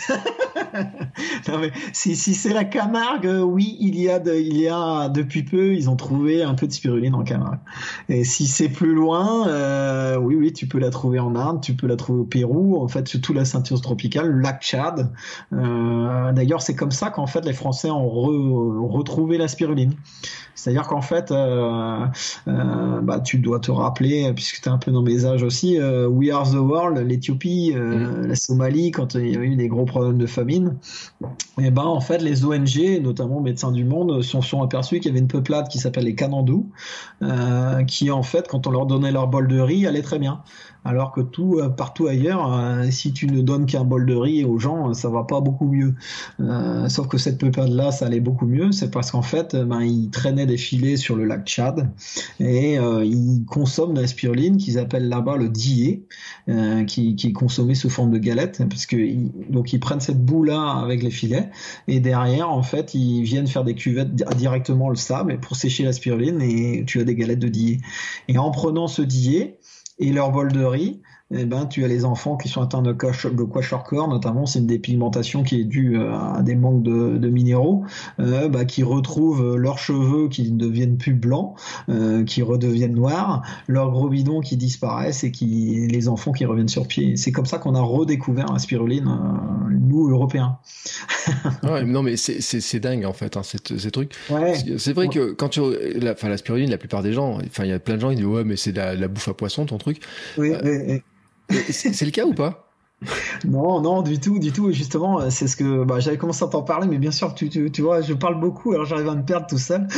Non mais si, si c'est la Camargue, oui, il y a de, il y a depuis peu, ils ont trouvé un peu de spiruline en Camargue. Et si c'est plus loin, euh, oui, oui, tu peux la trouver en Inde, tu peux la trouver au Pérou, en fait, surtout la ceinture tropicale, le lac Tchad. Euh, d'ailleurs, c'est comme ça qu'en fait les Français ont, re, ont retrouvé la spiruline. C'est-à-dire qu'en fait, euh, euh, bah, tu dois te rappeler, puisque tu es un peu dans mes âges aussi, euh, We Are the World, l'Éthiopie, euh, mmh. la Somalie, quand il y a eu des gros problèmes de famine, et ben en fait, les O N G, notamment Médecins du Monde, se sont, sont aperçus qu'il y avait une peuplade qui s'appelle les Kanandous, euh, qui en fait, quand on leur donnait leur bol de riz, allait très bien. Alors que tout, euh, partout ailleurs, euh, si tu ne donnes qu'un bol de riz aux gens, ça va pas beaucoup mieux. Euh, sauf que cette peuplade-là, ça allait beaucoup mieux. C'est parce qu'en fait, ben, ils traînaient des filets sur le lac Tchad et mais euh, ils consomment de la spiruline qu'ils appellent là-bas le D I E, euh, qui, qui est consommé sous forme de galette, parce que ils, donc ils prennent cette boue-là avec les filets, et derrière, en fait, ils viennent faire des cuvettes directement le sable pour sécher la spiruline, et tu as des galettes de D I E. Et en prenant ce D I E et leur bol de riz, eh ben, tu as les enfants qui sont atteints de kwashiorkor, notamment, c'est une dépigmentation qui est due à des manques de, de minéraux, euh, bah, qui retrouvent leurs cheveux qui ne deviennent plus blancs, euh, qui redeviennent noirs, leurs gros bidons qui disparaissent et qui, les enfants qui reviennent sur pied. C'est comme ça qu'on a redécouvert la spiruline, euh, nous, Européens. Ouais, non, mais c'est, c'est, c'est dingue, en fait, hein, ces, ces trucs. Ouais. C'est vrai ouais. que quand tu, la, enfin, la spiruline, la plupart des gens, enfin, il y a plein de gens qui disent, ouais, mais c'est de la, la bouffe à poisson, ton truc. Oui, euh, oui, oui. C'est, c'est le cas ou pas? Non, non, du tout, du tout. Justement, c'est ce que bah, j'avais commencé à t'en parler, mais bien sûr, tu, tu, tu vois, je parle beaucoup, alors j'arrive à me perdre tout seul.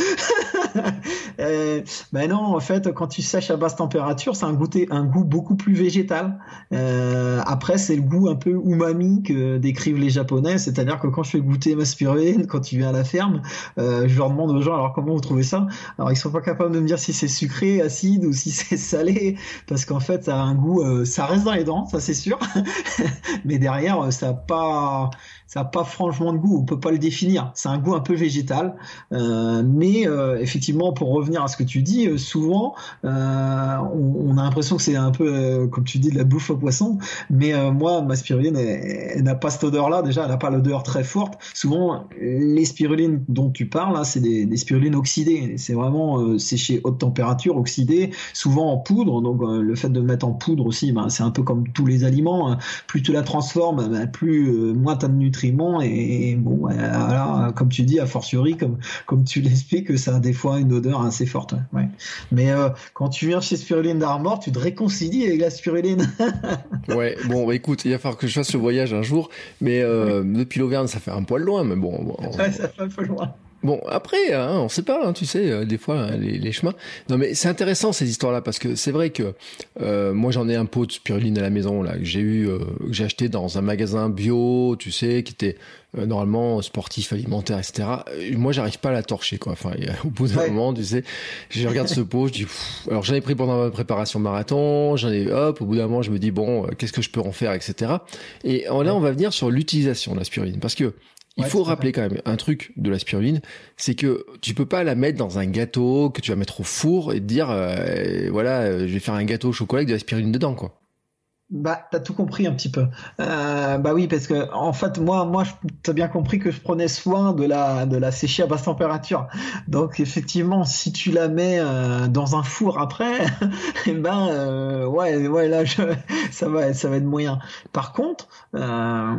euh, ben non, en fait, quand tu sèches à basse température, c'est un goût, un goût beaucoup plus végétal. Euh, après, c'est le goût un peu umami que décrivent les Japonais, c'est-à-dire que quand je fais goûter ma spiruline, quand tu viens à la ferme, euh, je leur demande aux gens, alors comment vous trouvez ça? Alors ils sont pas capables de me dire si c'est sucré, acide ou si c'est salé, parce qu'en fait, ça a un goût, euh, ça reste dans les dents, ça c'est sûr. Mais derrière, ça n'a pas, ça a pas franchement de goût. On peut pas le définir. C'est un goût un peu végétal. Euh, mais euh, effectivement, pour revenir à ce que tu dis, euh, souvent, euh, on, on a l'impression que c'est un peu, euh, comme tu dis, de la bouffe au poisson. Mais euh, moi, ma spiruline, elle, elle n'a pas cette odeur-là. Déjà, elle n'a pas l'odeur très forte. Souvent, les spirulines dont tu parles, là, c'est des, des spirulines oxydées. C'est vraiment euh, séché haute température, oxydées, souvent en poudre. Donc, euh, le fait de mettre en poudre aussi, ben, c'est un peu comme tous les aliments. Hein. Plus tu la transformes, ben, plus euh, moins tu as de nutriments. Et, et bon, voilà, comme tu dis, a fortiori, comme, comme tu l'expliques, ça a des fois une odeur assez forte. Ouais. Mais euh, quand tu viens chez Spiruline d'Armor, tu te réconcilies avec la spiruline. Ouais, bon, bah, écoute, il va falloir que je fasse ce voyage un jour. Mais euh, depuis l'Auvergne, ça fait un poil loin. Mais bon, bon on... ouais, ça fait un peu loin. Bon, après, hein, on sait pas, hein, tu sais, euh, des fois, hein, les, les chemins. Non, mais c'est intéressant, ces histoires-là, parce que c'est vrai que euh, moi, j'en ai un pot de spiruline à la maison, là, que j'ai eu, euh, que j'ai acheté dans un magasin bio, tu sais, qui était euh, normalement sportif, alimentaire, et cetera. Euh, moi, j'arrive pas à la torcher, quoi. Enfin, y a, au bout d'un ouais. moment, tu sais, je regarde ce pot, je dis... Pff. Alors, j'en ai pris pendant ma préparation marathon, j'en ai... Hop, au bout d'un moment, je me dis, bon, euh, qu'est-ce que je peux en faire, et cetera. Et là, ouais. on va venir sur l'utilisation de la spiruline, parce que il ouais, faut rappeler quand même un truc de la spiruline, c'est que tu peux pas la mettre dans un gâteau que tu vas mettre au four et te dire euh, voilà, euh, je vais faire un gâteau au chocolat avec de la spiruline dedans, quoi. Bah, t'as tout compris un petit peu. Euh, bah oui, parce que en fait, moi, moi, t'as bien compris que je prenais soin de la de la sécher à basse température. Donc effectivement, si tu la mets euh, dans un four après, et ben euh, ouais, ouais, là, je, ça va, ça va être moyen. Par contre, euh,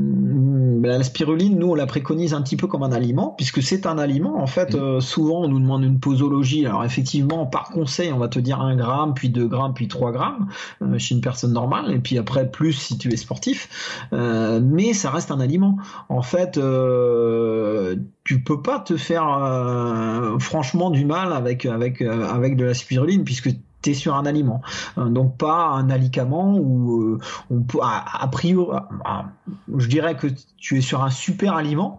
la spiruline, nous, on la préconise un petit peu comme un aliment, puisque c'est un aliment. En fait, euh, souvent, on nous demande une posologie. Alors effectivement, par conseil, on va te dire un gramme, puis deux grammes, puis trois grammes euh, chez une personne normale. Et puis après plus si tu es sportif, euh, mais ça reste un aliment. En fait, euh, tu peux pas te faire euh, franchement du mal avec avec euh, avec de la spiruline puisque t'es sur un aliment, donc pas un alicament où euh, on peut a, a priori, a, je dirais que tu es sur un super aliment.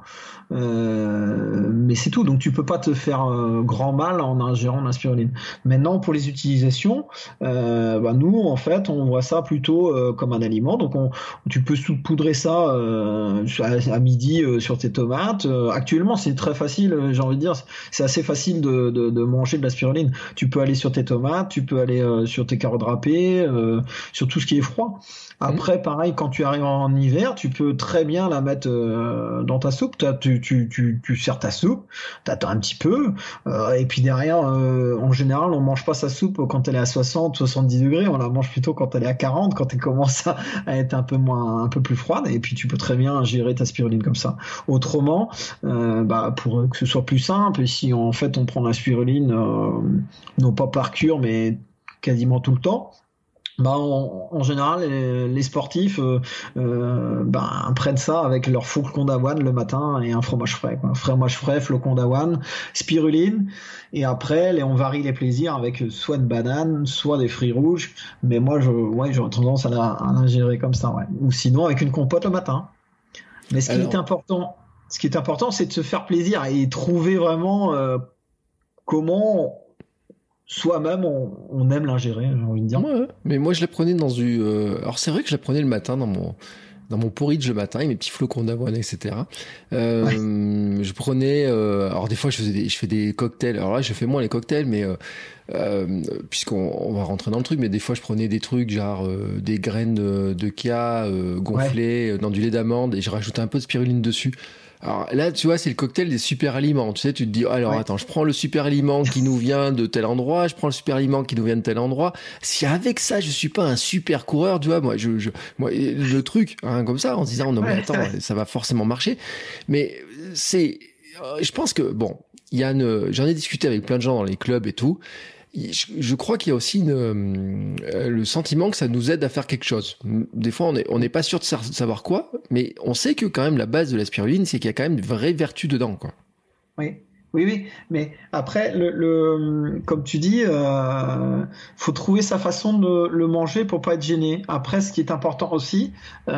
Euh, mais c'est tout, donc tu peux pas te faire euh, grand mal en ingérant de la spiruline. Maintenant, pour les utilisations, euh, bah nous en fait on voit ça plutôt euh, comme un aliment, donc on, tu peux saupoudrer ça euh, à, à midi euh, sur tes tomates. Euh, actuellement c'est très facile, j'ai envie de dire, c'est assez facile de, de, de manger de la spiruline. Tu peux aller sur tes tomates, tu peux aller euh, sur tes carottes râpées, euh, sur tout ce qui est froid. Après, pareil, quand tu arrives en hiver, tu peux très bien la mettre euh, dans ta soupe. Tu, tu, tu, tu sers ta soupe, t'attends un petit peu, euh, et puis derrière, euh, en général, on mange pas sa soupe quand elle est à soixante, soixante-dix degrés. On la mange plutôt quand elle est à quarante, quand elle commence à, à être un peu moins, un peu plus froide. Et puis tu peux très bien gérer ta spiruline comme ça. Autrement, euh, bah, pour que ce soit plus simple, et si en fait on prend la spiruline, euh, non pas par cure, mais quasiment tout le temps. Bah en, en général les, les sportifs euh, euh, bah, prennent ça avec leur flocon d'avoine le matin et un fromage frais quoi. Fromage frais, flocon d'avoine, spiruline, et après les, on varie les plaisirs avec soit une banane, soit des fruits rouges, mais moi je ouais j'aurais tendance à, la, à l'ingérer comme ça, ouais. Ou sinon avec une compote le matin. Mais ce qui Alors... est important ce qui est important c'est de se faire plaisir et trouver vraiment euh, comment soi-même on, on aime l'ingérer, j'ai envie de dire. Ouais, mais moi je la prenais dans du. Euh... Alors c'est vrai que je la prenais le matin dans mon dans mon porridge le matin, avec mes petits flocons d'avoine, et cetera. Euh, ouais. Je prenais. Euh... Alors des fois je faisais des... je fais des cocktails. Alors là je fais moins les cocktails, mais euh... Euh, puisqu'on on va rentrer dans le truc, mais des fois je prenais des trucs genre euh, des graines de, de chia euh, gonflées ouais. dans du lait d'amande et je rajoutais un peu de spiruline dessus. Alors là, tu vois, c'est le cocktail des super aliments. Tu sais, tu te dis, alors ouais. attends, je prends le super aliment qui nous vient de tel endroit, je prends le super aliment qui nous vient de tel endroit. Si avec ça, je suis pas un super coureur, tu vois, moi, je, je, moi, le truc, hein, comme ça, en se disant, non mais attends, ça va forcément marcher. Mais c'est, je pense que bon, il y a une, j'en ai discuté avec plein de gens dans les clubs et tout. Je crois qu'il y a aussi une, euh, le sentiment que ça nous aide à faire quelque chose. Des fois, on n'est on n'est pas sûr de savoir quoi, mais on sait que quand même la base de la spiruline, c'est qu'il y a quand même une vraie vertu dedans, quoi. Oui, oui, oui. Mais après, le, le comme tu dis, euh, faut trouver sa façon de le manger pour pas être gêné. Après, ce qui est important aussi,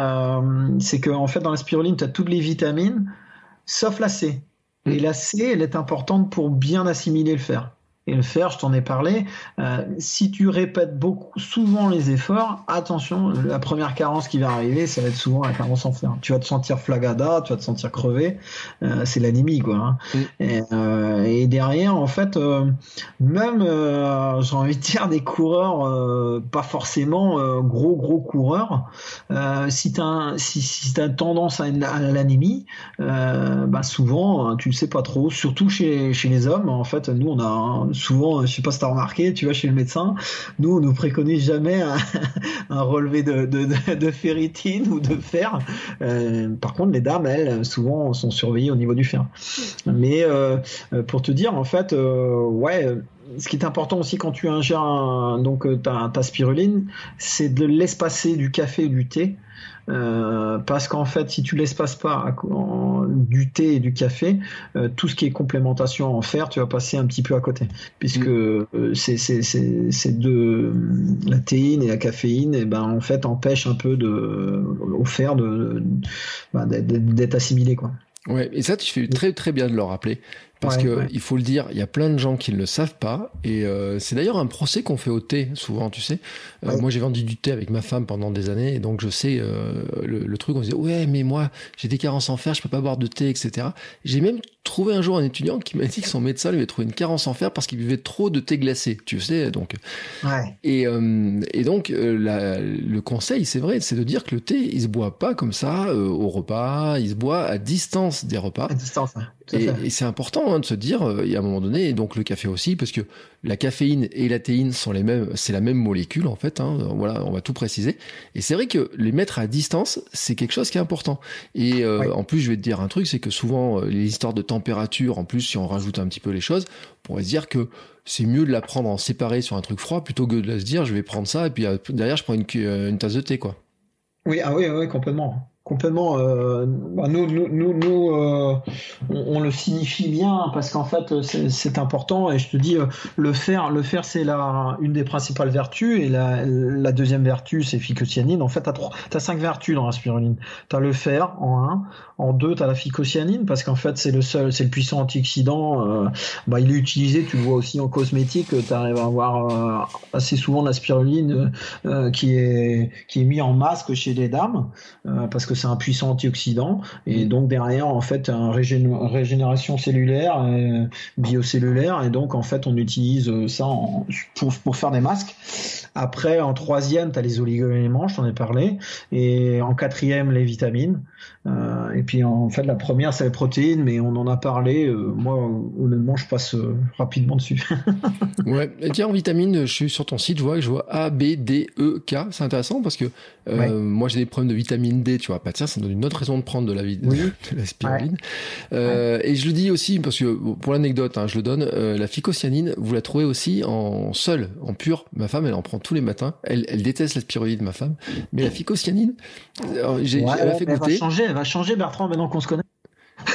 euh, c'est que en fait, dans la spiruline, tu as toutes les vitamines, sauf la C. Et la C, elle est importante pour bien assimiler le fer. Et le fer, je t'en ai parlé, euh, si tu répètes beaucoup, souvent les efforts, attention, la première carence qui va arriver, ça va être souvent la carence en fer. Tu vas te sentir flagada, tu vas te sentir crevé, euh, c'est l'anémie, quoi. Hein. Mm. Et, euh, et derrière, en fait, euh, même, euh, j'ai envie de dire, des coureurs, euh, pas forcément euh, gros, gros coureurs, euh, si tu as si, si t'as tendance à, à l'anémie, euh, bah souvent, tu le sais pas trop, surtout chez, chez les hommes. En fait, nous, on a un, souvent, je sais pas si t'as remarqué, tu vas chez le médecin, nous on nous préconise jamais un, un relevé de, de, de, de ferritine ou de fer. Euh, par contre, les dames, elles, souvent sont surveillées au niveau du fer. Mais euh, pour te dire, en fait, euh, ouais. Ce qui est important aussi quand tu ingères un, donc ta, ta spiruline, c'est de l'espacer du café et du thé. Euh, parce qu'en fait, si tu l'espaces pas en, du thé et du café, euh, tout ce qui est complémentation en fer, tu vas passer un petit peu à côté, puisque mmh. euh, c'est c'est c'est c'est de la théine et la caféine, et ben en fait empêchent un peu de au fer de, de ben, d'être assimilé, quoi. Ouais, et ça tu fais très très bien de le rappeler. Parce ouais, que ouais. il faut le dire, il y a plein de gens qui ne le savent pas, et euh, c'est d'ailleurs un procès qu'on fait au thé souvent, tu sais. Euh, ouais. Moi, j'ai vendu du thé avec ma femme pendant des années, et donc je sais euh, le, le truc. On disait ouais, mais moi j'ai des carences en fer, je peux pas boire de thé, et cetera. J'ai même trouvé un jour un étudiant qui m'a dit que son médecin lui avait trouvé une carence en fer parce qu'il buvait trop de thé glacé, tu sais. Donc ouais. et euh, et donc euh, la, le conseil, c'est vrai, c'est de dire que le thé, il se boit pas comme ça euh, au repas, il se boit à distance des repas. À distance. Hein. Et, et c'est important hein, de se dire, euh, il y a un moment donné, et donc le café aussi, parce que la caféine et la théine sont les mêmes, c'est la même molécule en fait. Hein, voilà, on va tout préciser. Et c'est vrai que les mettre à distance, c'est quelque chose qui est important. Et euh, oui. en plus, je vais te dire un truc, c'est que souvent les histoires de température, en plus, si on rajoute un petit peu les choses, on pourrait se dire que c'est mieux de la prendre en séparé sur un truc froid plutôt que de se dire, je vais prendre ça et puis derrière, je prends une, une tasse de thé, quoi. Oui, ah oui, oui, complètement. Complètement. Euh, bah nous, nous, nous, nous euh, on, on le signifie bien parce qu'en fait, c'est, c'est important. Et je te dis, euh, le fer, le fer, c'est la une des principales vertus. Et la, la deuxième vertu, c'est phycocyanine. En fait, t'as trois, t'as cinq vertus dans la spiruline. T'as le fer en un. En deux, t'as la phycocyanine parce qu'en fait, c'est le seul, c'est le puissant antioxydant. Euh, bah, il est utilisé. Tu le vois aussi en cosmétique. T'arrives à avoir euh, assez souvent de la spiruline euh, qui est qui est mis en masque chez les dames euh, parce que c'est un puissant antioxydant et donc derrière en fait une régén- régénération cellulaire, euh, biocellulaire et donc en fait on utilise ça en, pour, pour faire des masques. Après en troisième tu as les oligo-éléments, je t'en ai parlé, et en quatrième les vitamines. Euh, et puis en fait la première c'est les protéines, mais on en a parlé. Euh, moi honnêtement je passe euh, rapidement dessus. Ouais. Et tiens, en vitamines, je suis sur ton site, je vois que je vois A, B, D, E, K. C'est intéressant parce que euh, ouais. moi j'ai des problèmes de vitamine D, tu vois. Bah tiens, ça me donne une autre raison de prendre de la, vi- oui. de la spiruline. Ouais. Euh, ouais. Et je le dis aussi parce que pour l'anecdote, hein, je le donne. Euh, la phycocyanine, vous la trouvez aussi en seule, en pure. Ma femme, elle en prend tous les matins. Elle, elle déteste la spiruline, ma femme. Mais la phycocyanine, j'ai, ouais, elle a fait elle goûter. Va changer, elle va changer, Bertrand, maintenant qu'on se connaît.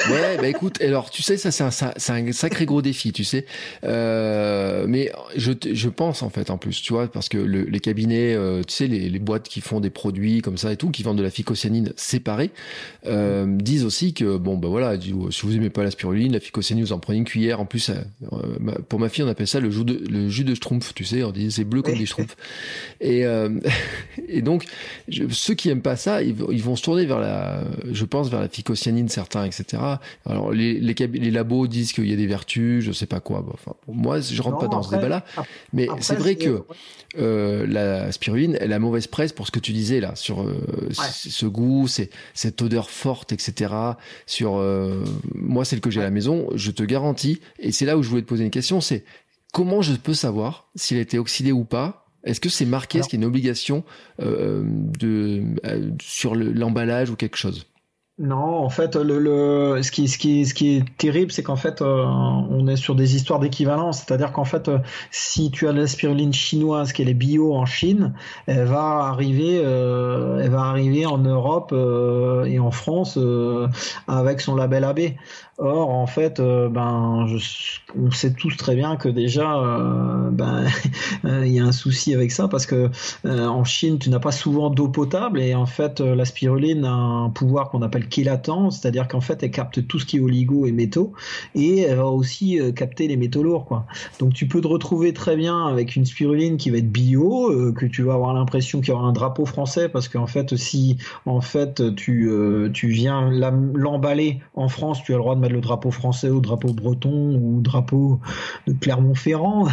Ouais, bah écoute, alors tu sais, ça c'est un, ça, c'est un sacré gros défi, tu sais. Euh, mais je, je pense en fait en plus, tu vois, parce que le, les cabinets, euh, tu sais, les, les boîtes qui font des produits comme ça et tout, qui vendent de la phycocyanine séparée, euh, disent aussi que bon bah voilà, si vous aimez pas la spiruline, la phycocyanine, vous en prenez une cuillère. En plus, euh, pour ma fille, on appelle ça le jus de le jus de schtroumpf, tu sais, on dit c'est bleu comme des schtroumpfs. Et euh, et donc je, ceux qui aiment pas ça, ils, ils vont se tourner vers la, je pense, vers la phycocyanine, certains, et cetera. Alors les, les, les labos disent qu'il y a des vertus, je sais pas quoi. Enfin, moi, je rentre non, pas dans après, ce débat-là, mais après, c'est vrai c'est... que euh, la spiruline, elle a mauvaise presse pour ce que tu disais là, sur euh, ouais. ce goût, c'est, cette odeur forte, et cetera. Sur euh, moi, celle que j'ai ouais. à la maison, je te garantis, et c'est là où je voulais te poser une question, c'est comment je peux savoir s'il a été oxydé ou pas? Est-ce que c'est marqué, Alors, est-ce qu'il y a une obligation euh, de, euh, sur le, l'emballage ou quelque chose? Non, en fait, le, le, ce, qui, ce, qui, ce qui est terrible, c'est qu'en fait, euh, on est sur des histoires d'équivalence. C'est-à-dire qu'en fait, euh, si tu as de la spiruline chinoise, qui est bio en Chine, elle va arriver, euh, elle va arriver en Europe euh, et en France euh, avec son label A B. Or, en fait, euh, ben, je, on sait tous très bien que déjà, euh, ben, il y a un souci avec ça parce que euh, en Chine, tu n'as pas souvent d'eau potable et en fait, euh, la spiruline a un pouvoir qu'on appelle chélatant, c'est-à-dire qu'en fait, elle capte tout ce qui est oligo et métaux et elle va aussi euh, capter les métaux lourds, quoi. Donc, tu peux te retrouver très bien avec une spiruline qui va être bio, euh, que tu vas avoir l'impression qu'il y aura un drapeau français parce qu'en fait, si en fait tu euh, tu viens l'emballer en France, tu as le droit de mettre le drapeau français ou le drapeau breton ou le drapeau de Clermont-Ferrand.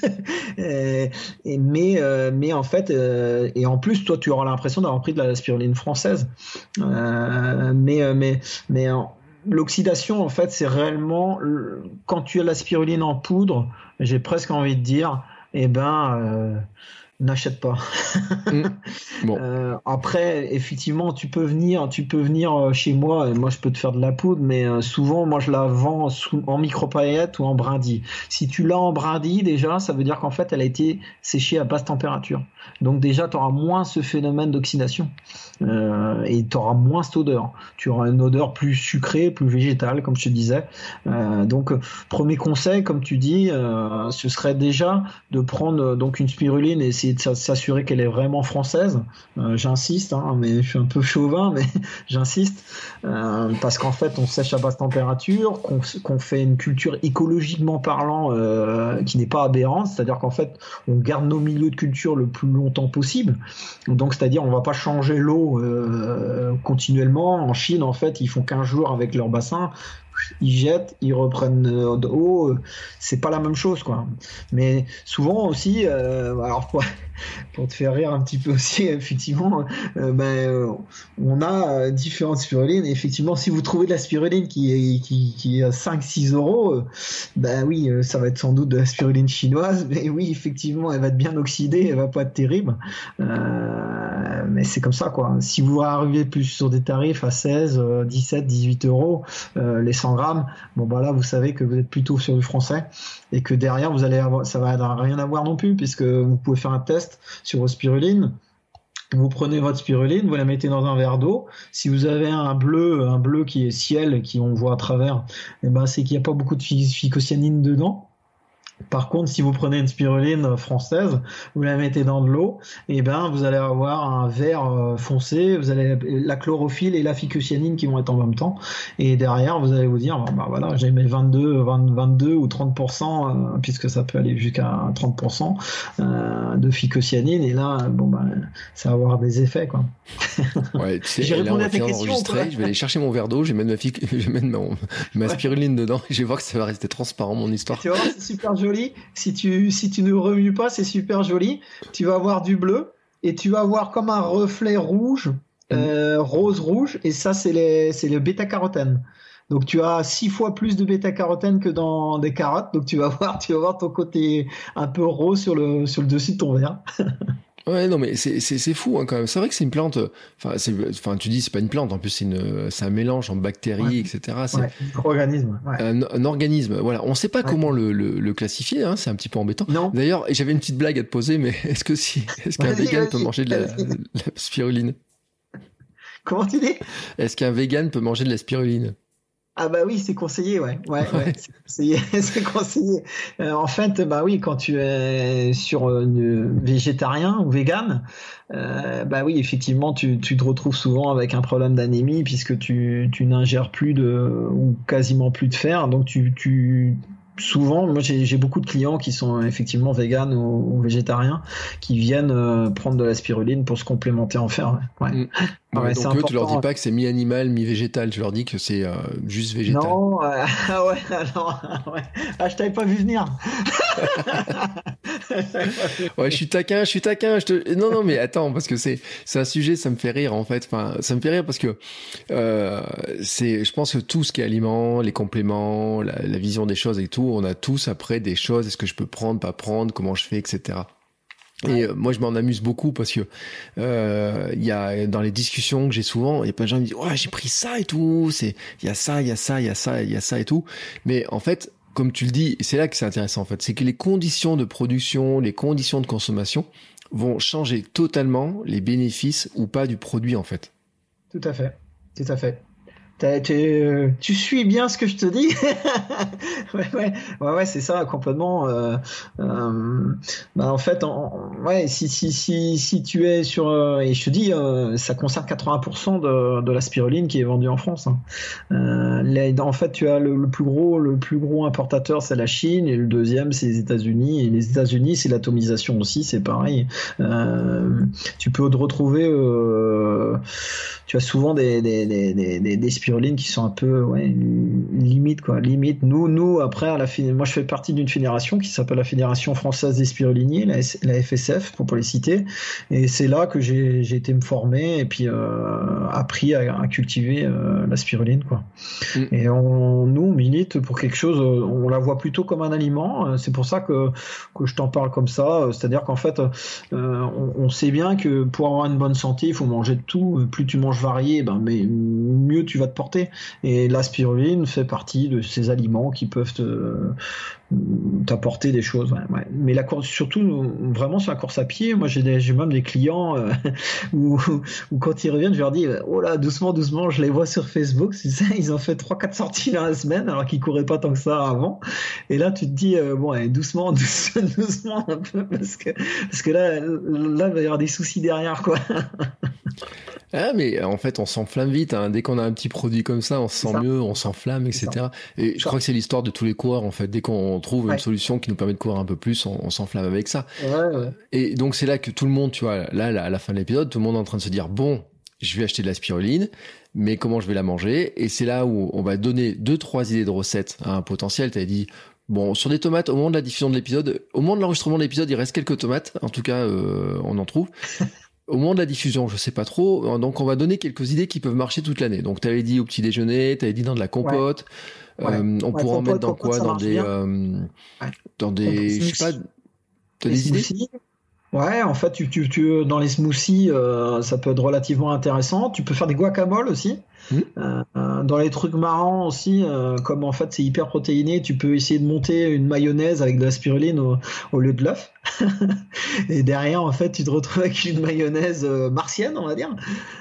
et, et, mais, euh, mais en fait, euh, et en plus, toi, tu auras l'impression d'avoir pris de la spiruline française. Euh, mais, mais, mais l'oxydation, en fait, c'est réellement quand tu as la spiruline en poudre, j'ai presque envie de dire, eh ben, euh, n'achète pas. mmh. Bon. Euh, après, effectivement, tu peux venir, tu peux venir chez moi. Et moi, je peux te faire de la poudre, mais euh, souvent, moi, je la vends sous, en micro-paillettes ou en brindilles. Si tu l'as en brindille, déjà, ça veut dire qu'en fait, elle a été séchée à basse température. Donc déjà, tu auras moins ce phénomène d'oxydation euh, et tu auras moins cette odeur. Tu auras une odeur plus sucrée, plus végétale, comme je te disais. Euh, donc, premier conseil, comme tu dis, euh, ce serait déjà de prendre donc une spiruline et essayer de s'assurer qu'elle est vraiment française. Euh, j'insiste, hein, mais je suis un peu chauvin, mais j'insiste euh, parce qu'en fait, on sèche à basse température, qu'on, qu'on fait une culture écologiquement parlant euh, qui n'est pas aberrante, c'est-à-dire qu'en fait, on garde nos milieux de culture le plus longtemps possible. Donc, c'est-à-dire, on va pas changer l'eau euh, continuellement. En Chine, en fait, ils font quinze jours avec leur bassin. Ils jettent, ils reprennent euh, de haut, c'est pas la même chose, quoi. Mais souvent aussi, euh, alors pour, pour te faire rire un petit peu aussi, effectivement, euh, ben, euh, on a différentes spirulines. Et effectivement, si vous trouvez de la spiruline qui est, qui, qui est à cinq six euros, euh, ben oui, euh, ça va être sans doute de la spiruline chinoise. Mais oui, effectivement, elle va être bien oxydée, elle va pas être terrible. Euh, mais c'est comme ça, quoi. Si vous arrivez plus sur des tarifs à seize, dix-sept, dix-huit euros, euh, les cent grammes, bon bah là vous savez que vous êtes plutôt sur du français et que derrière vous allez avoir, ça va rien avoir non plus puisque vous pouvez faire un test sur vos spirulines. Vous prenez votre spiruline, vous la mettez dans un verre d'eau. Si vous avez un bleu, un bleu qui est ciel, qui on voit à travers, eh ben c'est qu'il n'y a pas beaucoup de phycocyanine dedans. Par contre, si vous prenez une spiruline française, vous la mettez dans de l'eau, et ben vous allez avoir un vert foncé, vous allez la chlorophylle et la phycocyanine qui vont être en même temps, et derrière vous allez vous dire bah voilà, j'ai mis vingt-deux, vingt, vingt-deux ou trente pour cent euh, puisque ça peut aller jusqu'à trente pour cent euh, de phycocyanine, et là bon bah ça va avoir des effets, quoi. Ouais, tu sais, j'ai répondu à tes questions. Je vais aller chercher mon verre d'eau, je vais mettre ma, phy... je vais mettre ma, ma ouais. spiruline dedans, et je vais voir que ça va rester transparent mon histoire. Tu vois, c'est super joli. Si tu, si tu ne remues pas, c'est super joli. Tu vas avoir du bleu et tu vas avoir comme un reflet rouge, euh, rose-rouge, et ça, c'est, les, c'est le bêta-carotène. Donc, tu as six fois plus de bêta-carotène que dans des carottes. Donc, tu vas voir, tu vas voir ton côté un peu rose sur le, sur le dessus de ton verre. Ouais, non, mais c'est, c'est, c'est fou, hein, quand même. C'est vrai que c'est une plante, enfin, c'est, enfin, tu dis, c'est pas une plante, en plus, c'est une, c'est un mélange en bactéries, ouais. et cetera. C'est ouais, un organisme. Ouais. Un, un organisme, voilà. On sait pas ouais. comment le, le, le classifier, hein, c'est un petit peu embêtant. Non. D'ailleurs, j'avais une petite blague à te poser, mais est-ce que si, est-ce qu'un vas-y, vegan vas-y. peut manger de la, la spiruline? Comment tu dis? Est-ce qu'un vegan peut manger de la spiruline? Ah bah oui, c'est conseillé, ouais, ouais, ouais, ouais. C'est conseillé, c'est conseillé. Euh, en fait, bah oui, quand tu es sur euh, végétarien ou vegan, euh, bah oui, effectivement, tu, tu te retrouves souvent avec un problème d'anémie puisque tu, tu n'ingères plus de ou quasiment plus de fer, donc tu, tu souvent, moi j'ai, j'ai beaucoup de clients qui sont effectivement véganes ou, ou végétariens qui viennent euh, prendre de la spiruline pour se complémenter en fer. Ouais. Mm. Ouais, Ouais, c'est donc eux, tu leur dis important. pas que c'est mi-animal, mi-végétal, tu leur dis que c'est euh, juste végétal. Non, euh, ah ouais, alors, ouais. Ah, je t'avais pas vu venir. Je t'avais pas vu Ouais, je venir. suis taquin, je suis taquin. Je te... Non, non, mais attends, parce que c'est c'est un sujet, ça me fait rire en fait. Enfin, ça me fait rire parce que euh, c'est, je pense que tout ce qui est aliments, les compléments, la, la vision des choses et tout, on a tous après des choses. Est-ce que je peux prendre, pas prendre, comment je fais, et cetera. Et Ouais. euh, moi, je m'en amuse beaucoup parce que euh, il y a dans les discussions que j'ai souvent, il y a plein de gens qui me disent ouais, j'ai pris ça et tout. C'est il y a ça, il y a ça, il y a ça, il y a ça et tout. Mais en fait, comme tu le dis, c'est là que c'est intéressant en fait, c'est que les conditions de production, les conditions de consommation vont changer totalement les bénéfices ou pas du produit en fait. Tout à fait. Tout à fait. T'as- tu, euh, tu suis bien ce que je te dis. Ouais, ouais, ouais, ouais, c'est ça complètement. Euh, euh, bah, en fait, en- en- ouais, si, si, si, si tu es sur, euh, et je te dis, euh, ça concerne quatre-vingts pour cent de, de la spiruline qui est vendue en France, hein. Euh, les- en fait, tu as le, le plus gros, le plus gros importateur, c'est la Chine, et le deuxième, c'est les États-Unis. Et les États-Unis, c'est l'atomisation aussi, c'est pareil. Euh, tu peux te retrouver, euh, tu as souvent des, des, des, des, des, des spirulines qui sont un peu, ouais, limite, quoi, limite. Nous, nous, après, à la fin, moi, je fais partie d'une fédération qui s'appelle la Fédération française des spiruliniers, la, S- la F S F, pour pas les citer. Et c'est là que j'ai, j'ai été me former et puis euh, appris à, à cultiver euh, la spiruline, quoi. Mm. Et on, nous, on milite pour quelque chose, euh, on la voit plutôt comme un aliment. euh, C'est pour ça que, que je t'en parle comme ça. euh, C'est-à-dire qu'en fait, euh, on, on sait bien que pour avoir une bonne santé, il faut manger de tout. Plus tu manges varié, ben, mais mieux tu vas te porter. Et la spiruline fait partie de ces aliments qui peuvent te, t'apporter des choses. Ouais, ouais. Mais la course, surtout, vraiment sur la course à pied, moi j'ai, des, j'ai même des clients euh, où, où quand ils reviennent, je leur dis oh là, doucement, doucement, je les vois sur Facebook, tu sais, ils ont fait trois quatre sorties dans la semaine alors qu'ils couraient pas tant que ça avant. Et là, tu te dis euh, bon, allez, doucement, doucement, doucement un peu parce que, parce que là, là, il va y avoir des soucis derrière, quoi. Ah, mais en fait, on s'enflamme vite, hein. Dès qu'on a un petit produit comme ça, on se C'est sent ça, mieux, on s'enflamme, c'est ça, et cetera. Et je ça. crois que c'est l'histoire de tous les coureurs, en fait. Dès qu'on trouve une Ouais, solution qui nous permet de courir un peu plus, on, on s'enflamme avec ça. ouais, ouais. Et donc, c'est là que tout le monde, tu vois, là, là, à la fin de l'épisode, tout le monde est en train de se dire, bon, je vais acheter de la spiruline, mais comment je vais la manger? Et c'est là où on va donner deux, trois idées de recettes à un potentiel. T'avais dit, bon, sur des tomates, au moment de la diffusion de l'épisode, au moment de l'enregistrement de l'épisode, il reste quelques tomates. En tout cas, euh, on en trouve. Au moment de la diffusion, je sais pas trop. Donc, on va donner quelques idées qui peuvent marcher toute l'année. Donc, t'avais dit au petit déjeuner, t'avais dit dans de la Ouais, compote. ouais. Euh, on Ouais, pourra en mettre compote, dans compote, quoi? ça Dans marche des, bien. euh, Ouais. dans Compote, des, je sais pas. smoothie. T'as Les des idées? smoothies. Ouais, en fait, tu, tu, tu, dans les smoothies, euh, ça peut être relativement intéressant. Tu peux faire des guacamoles aussi. Hmm. Euh, euh, dans les trucs marrants aussi, euh, comme en fait c'est hyper protéiné, tu peux essayer de monter une mayonnaise avec de la spiruline au, au lieu de l'œuf. Et derrière, en fait, tu te retrouves avec une mayonnaise euh, martienne, on va dire.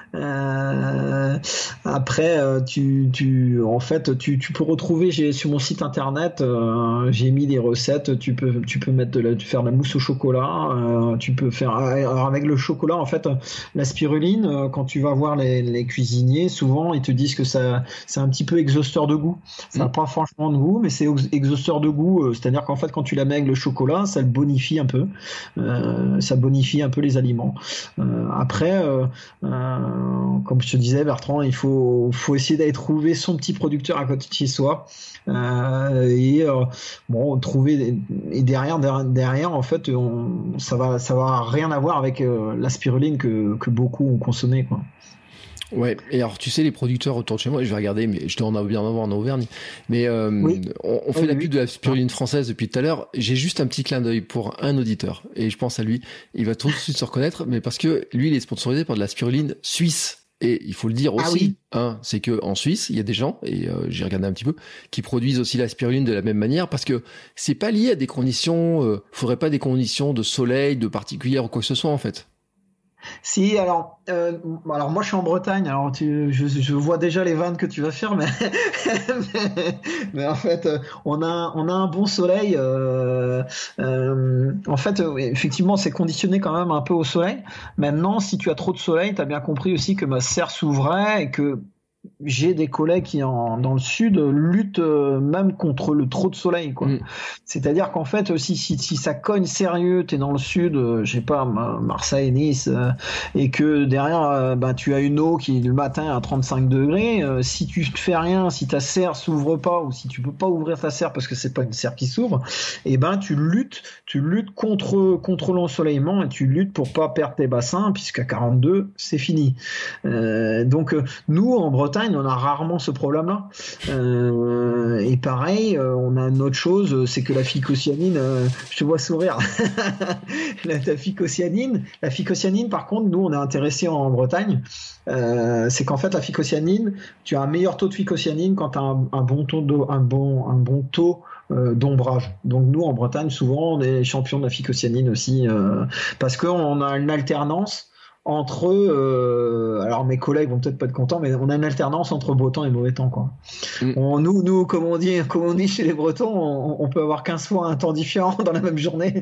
Euh, après, euh, tu, tu, en fait, tu, tu peux retrouver j'ai, sur mon site internet, euh, j'ai mis des recettes. Tu peux, tu peux mettre de la, faire de la mousse au chocolat. Euh, tu peux faire alors avec le chocolat. En fait, la spiruline, euh, quand tu vas voir les, les cuisiniers, souvent ils te disent que ça, c'est un petit peu exhausteur de goût. Ça n'a Hmm. pas franchement de goût, mais c'est ex- exhausteur de goût. euh, C'est-à-dire qu'en fait, quand tu la mets avec le chocolat, ça le bonifie un peu. Euh, ça bonifie un peu les aliments. Euh, après. Euh, euh, comme je te disais, Bertrand, il faut, faut essayer d'aller trouver son petit producteur à côté de chez soi. Euh, et euh, bon, trouver. Et derrière, derrière, derrière, en fait, on, ça va, ça va rien avoir avec euh, la spiruline que, que beaucoup ont consommé, quoi. Ouais, et alors tu sais, les producteurs autour de chez moi, je vais regarder, mais je dois en avoir bien en avoir en Auvergne, mais euh, Oui, on, on oui, fait la oui. pub de la Oui. spiruline française depuis tout à l'heure. J'ai juste un petit clin d'œil pour un auditeur, et je pense à lui, il va tout de suite se reconnaître, mais parce que lui, il est sponsorisé par de la spiruline suisse. Et il faut le dire Ah aussi, oui, hein, c'est que en Suisse, il y a des gens, et euh, j'ai regardé un petit peu, qui produisent aussi la spiruline de la même manière, parce que c'est pas lié à des conditions, euh, faudrait pas des conditions de soleil, de particulières ou quoi que ce soit en fait. Si, alors, euh, alors moi je suis en Bretagne, alors tu, je, je vois déjà les vannes que tu vas faire, mais, mais, mais en fait, euh, on a, on a un bon soleil. Euh, euh, en fait, euh, effectivement, c'est conditionné quand même un peu au soleil. Maintenant, si tu as trop de soleil, tu as bien compris aussi que ma serre s'ouvrait et que j'ai des collègues qui en, dans le sud luttent euh, même contre le trop de soleil, quoi. Mm. C'est-à-dire qu'en fait, si, si, si ça cogne sérieux, t'es dans le sud, euh, je sais pas, Marseille, Nice, euh, et que derrière, euh, bah, tu as une eau qui le matin à trente-cinq degrés, euh, si tu fais rien, si ta serre s'ouvre pas, ou si tu peux pas ouvrir ta serre parce que c'est pas une serre qui s'ouvre, et ben tu luttes, tu luttes contre contre l'ensoleillement et tu luttes pour pas perdre tes bassins, puisqu'à quarante-deux, c'est fini. Euh, donc nous en Bretagne, on a rarement ce problème-là. Euh, et pareil, euh, on a une autre chose, c'est que la phycocyanine, euh, je te vois sourire, la, la phycocyanine, la phycocyanine, par contre, nous, on est intéressés en, en Bretagne, euh, c'est qu'en fait, la phycocyanine, tu as un meilleur taux de phycocyanine quand tu as un, un bon taux d'eau, un bon, un bon taux Euh, d'ombrage. Donc nous en Bretagne souvent on est champion de la phycocyanine aussi euh, parce qu'on a une alternance entre euh, alors mes collègues vont peut-être pas être contents, mais on a une alternance entre beau temps et mauvais temps, quoi. Mm. On, nous nous comme on dit comme on dit chez les Bretons, on, on peut avoir quinze fois un temps différent dans la même journée.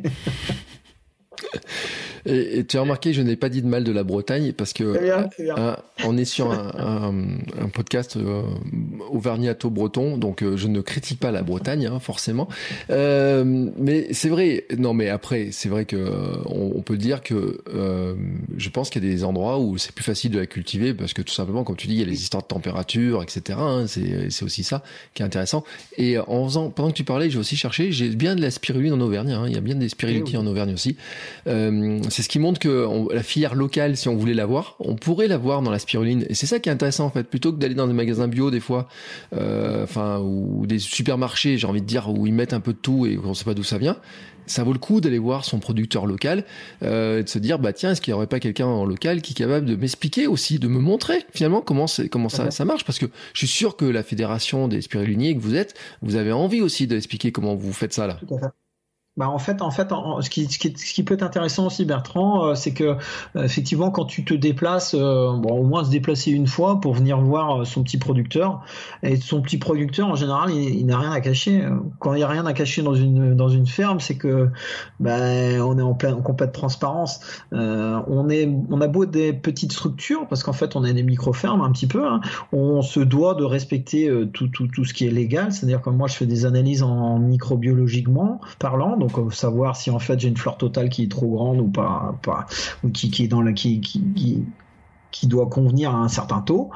Et, et tu as remarqué, je n'ai pas dit de mal de la Bretagne parce que c'est bien, c'est bien. Euh, on est sur un, un, un podcast euh, auvergnat-breton, donc euh, je ne critique pas la Bretagne, hein, forcément. Euh, mais c'est vrai, non, mais après, c'est vrai que euh, on, on peut dire que euh, je pense qu'il y a des endroits où c'est plus facile de la cultiver parce que tout simplement, comme tu dis, il y a les histoires de température, et cetera. Hein, c'est, c'est aussi ça qui est intéressant. Et en faisant, pendant que tu parlais, j'ai aussi cherché, j'ai bien de la spiruline en Auvergne. Hein, il y a bien des spirulites oui, oui. en Auvergne aussi. Euh, c'est ce qui montre que on, la filière locale, si on voulait l'avoir, on pourrait l'avoir dans la spiruline. Et c'est ça qui est intéressant en fait, plutôt que d'aller dans des magasins bio des fois, euh, enfin ou des supermarchés, j'ai envie de dire, où ils mettent un peu de tout et on sait pas d'où ça vient. Ça vaut le coup d'aller voir son producteur local, euh, de se dire bah tiens, est-ce qu'il y aurait pas quelqu'un en local qui est capable de m'expliquer aussi, de me montrer finalement comment c'est, comment ça, ça marche, parce que je suis sûr que la fédération des spiruliniers que vous êtes, vous avez envie aussi d'expliquer comment vous faites ça là. Tout à fait. Bah en fait, en fait, en, ce, qui, ce, qui, ce qui peut être intéressant aussi, Bertrand, euh, c'est que euh, effectivement, quand tu te déplaces, euh, bon, au moins se déplacer une fois pour venir voir euh, son petit producteur. Et son petit producteur, en général, il, il n'a rien à cacher. Quand il n'y a rien à cacher dans une dans une ferme, c'est que ben on est en pleine en complète transparence. Euh, on est, on a beau des petites structures, parce qu'en fait, on est des micro-fermes un petit peu. Hein, on se doit de respecter euh, tout tout tout ce qui est légal. C'est-à-dire que moi, je fais des analyses en microbiologiquement parlant. Donc savoir si en fait j'ai une flore totale qui est trop grande ou pas, pas ou qui, qui est dans la qui, qui, qui qui doit convenir à un certain taux.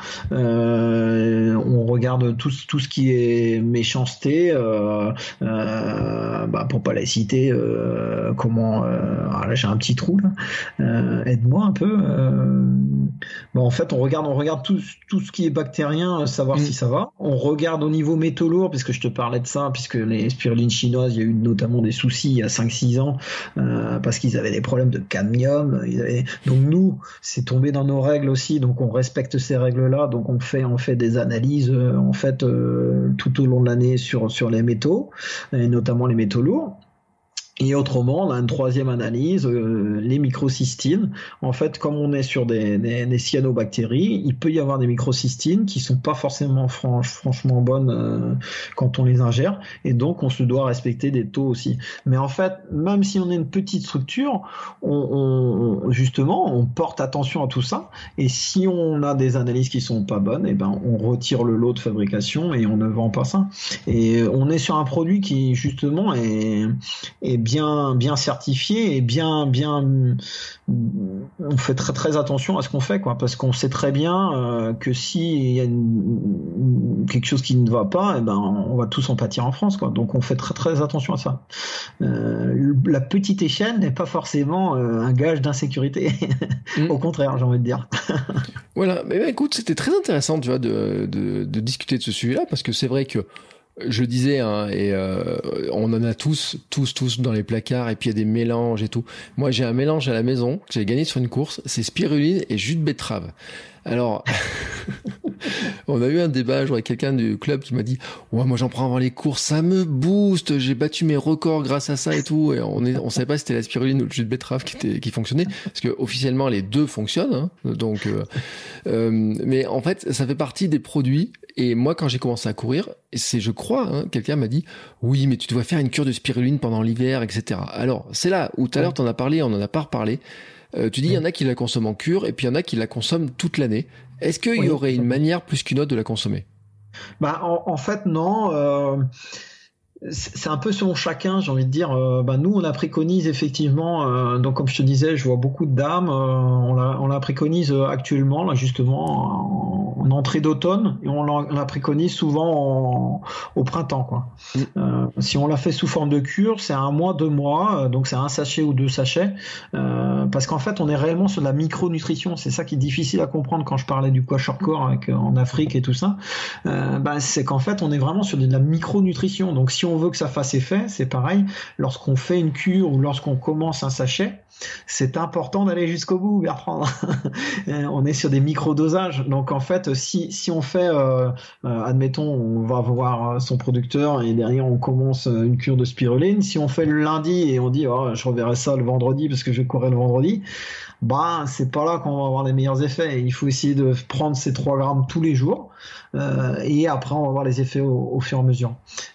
Euh, on regarde tout, tout ce qui est méchanceté, euh, euh, bah pour pas la citer. Euh, comment euh, ah là j'ai un petit trou là. Euh, aide-moi un peu. Euh, bon, en fait, on regarde, on regarde tout, tout ce qui est bactérien, savoir mmh. si ça va. On regarde au niveau métaux lourds, puisque je te parlais de ça, puisque les spirulines chinoises, il y a eu notamment des soucis il y a cinq six ans euh, parce qu'ils avaient des problèmes de cadmium. Ils avaient... Donc nous, c'est tombé dans nos règles aussi, donc on respecte ces règles-là, donc on fait on fait des analyses euh, en fait euh, tout au long de l'année sur sur les métaux, et notamment les métaux lourds. Et autrement, on a une troisième analyse, euh, les microcystines. En fait, comme on est sur des, des, des cyanobactéries, il peut y avoir des microcystines qui sont pas forcément franch, franchement bonnes euh, quand on les ingère. Et donc, on se doit respecter des taux aussi. Mais en fait, même si on est une petite structure, on, on, justement, on porte attention à tout ça. Et si on a des analyses qui sont pas bonnes, eh ben, on retire le lot de fabrication et on ne vend pas ça. Et on est sur un produit qui, justement, est, est bien bien bien certifié et bien bien on fait très très attention à ce qu'on fait, quoi, parce qu'on sait très bien euh, que si il y a une, quelque chose qui ne va pas, eh ben on va tous en pâtir en France, quoi. Donc on fait très très attention à ça. Euh, la petite échelle n'est pas forcément euh, un gage d'insécurité. Mmh. Au contraire, j'ai envie de dire. Voilà, mais bah, écoute, c'était très intéressant, tu vois, de, de de discuter de ce sujet-là, parce que c'est vrai que je disais, hein, et euh, on en a tous, tous, tous dans les placards, et puis il y a des mélanges et tout. Moi, j'ai un mélange à la maison que j'ai gagné sur une course, c'est spiruline et jus de betterave. Alors, on a eu un débat, j'aurais quelqu'un du club qui m'a dit ouais, moi j'en prends avant les courses, ça me booste, j'ai battu mes records grâce à ça et tout. Et on est, on savait pas si c'était la spiruline ou le jus de betterave qui était, qui fonctionnait, parce que officiellement les deux fonctionnent. Hein, donc, euh, euh, mais en fait, ça fait partie des produits. Et moi, quand j'ai commencé à courir, c'est, je crois, hein, quelqu'un m'a dit oui, mais tu dois faire une cure de spiruline pendant l'hiver, et cetera. Alors, c'est là où tout à l'heure t'en as parlé, on en a pas reparlé. Euh, tu dis il y en a qui la consomment en cure et puis il y en a qui la consomment toute l'année. Est-ce qu'il y Oui. aurait une manière plus qu'une autre de la consommer? Bah, en, en fait, non. Euh, c'est un peu selon chacun, j'ai envie de dire. Euh, bah, nous, on la préconise effectivement. Euh, donc, comme je te disais, je vois beaucoup de dames. Euh, on, la, on la préconise actuellement, là, justement, en, en entrée d'automne, et on la, on la préconise souvent en, au printemps, quoi. Mm. Euh, si on la fait sous forme de cure, c'est un mois, deux mois, donc c'est un sachet ou deux sachets, euh, parce qu'en fait, on est réellement sur de la micronutrition. C'est ça qui est difficile à comprendre quand je parlais du kwashiorkor avec en Afrique et tout ça. Euh, bah, c'est qu'en fait, on est vraiment sur de la micronutrition. Donc, si on veut que ça fasse effet, c'est pareil. Lorsqu'on fait une cure ou lorsqu'on commence un sachet, c'est important d'aller jusqu'au bout, Bertrand. On est sur des micro-dosages. Donc, en fait, si, si on fait, euh, euh, admettons, on va voir son producteur et derrière, on commence une cure de spiruline. Si on fait le lundi et on dit, oh, je reverrai ça le vendredi parce que je vais courir le vendredi, bah, c'est pas là qu'on va avoir les meilleurs effets. Il faut essayer de prendre ces trois grammes tous les jours. Euh, et après, on va voir les effets au, au fur et à mesure.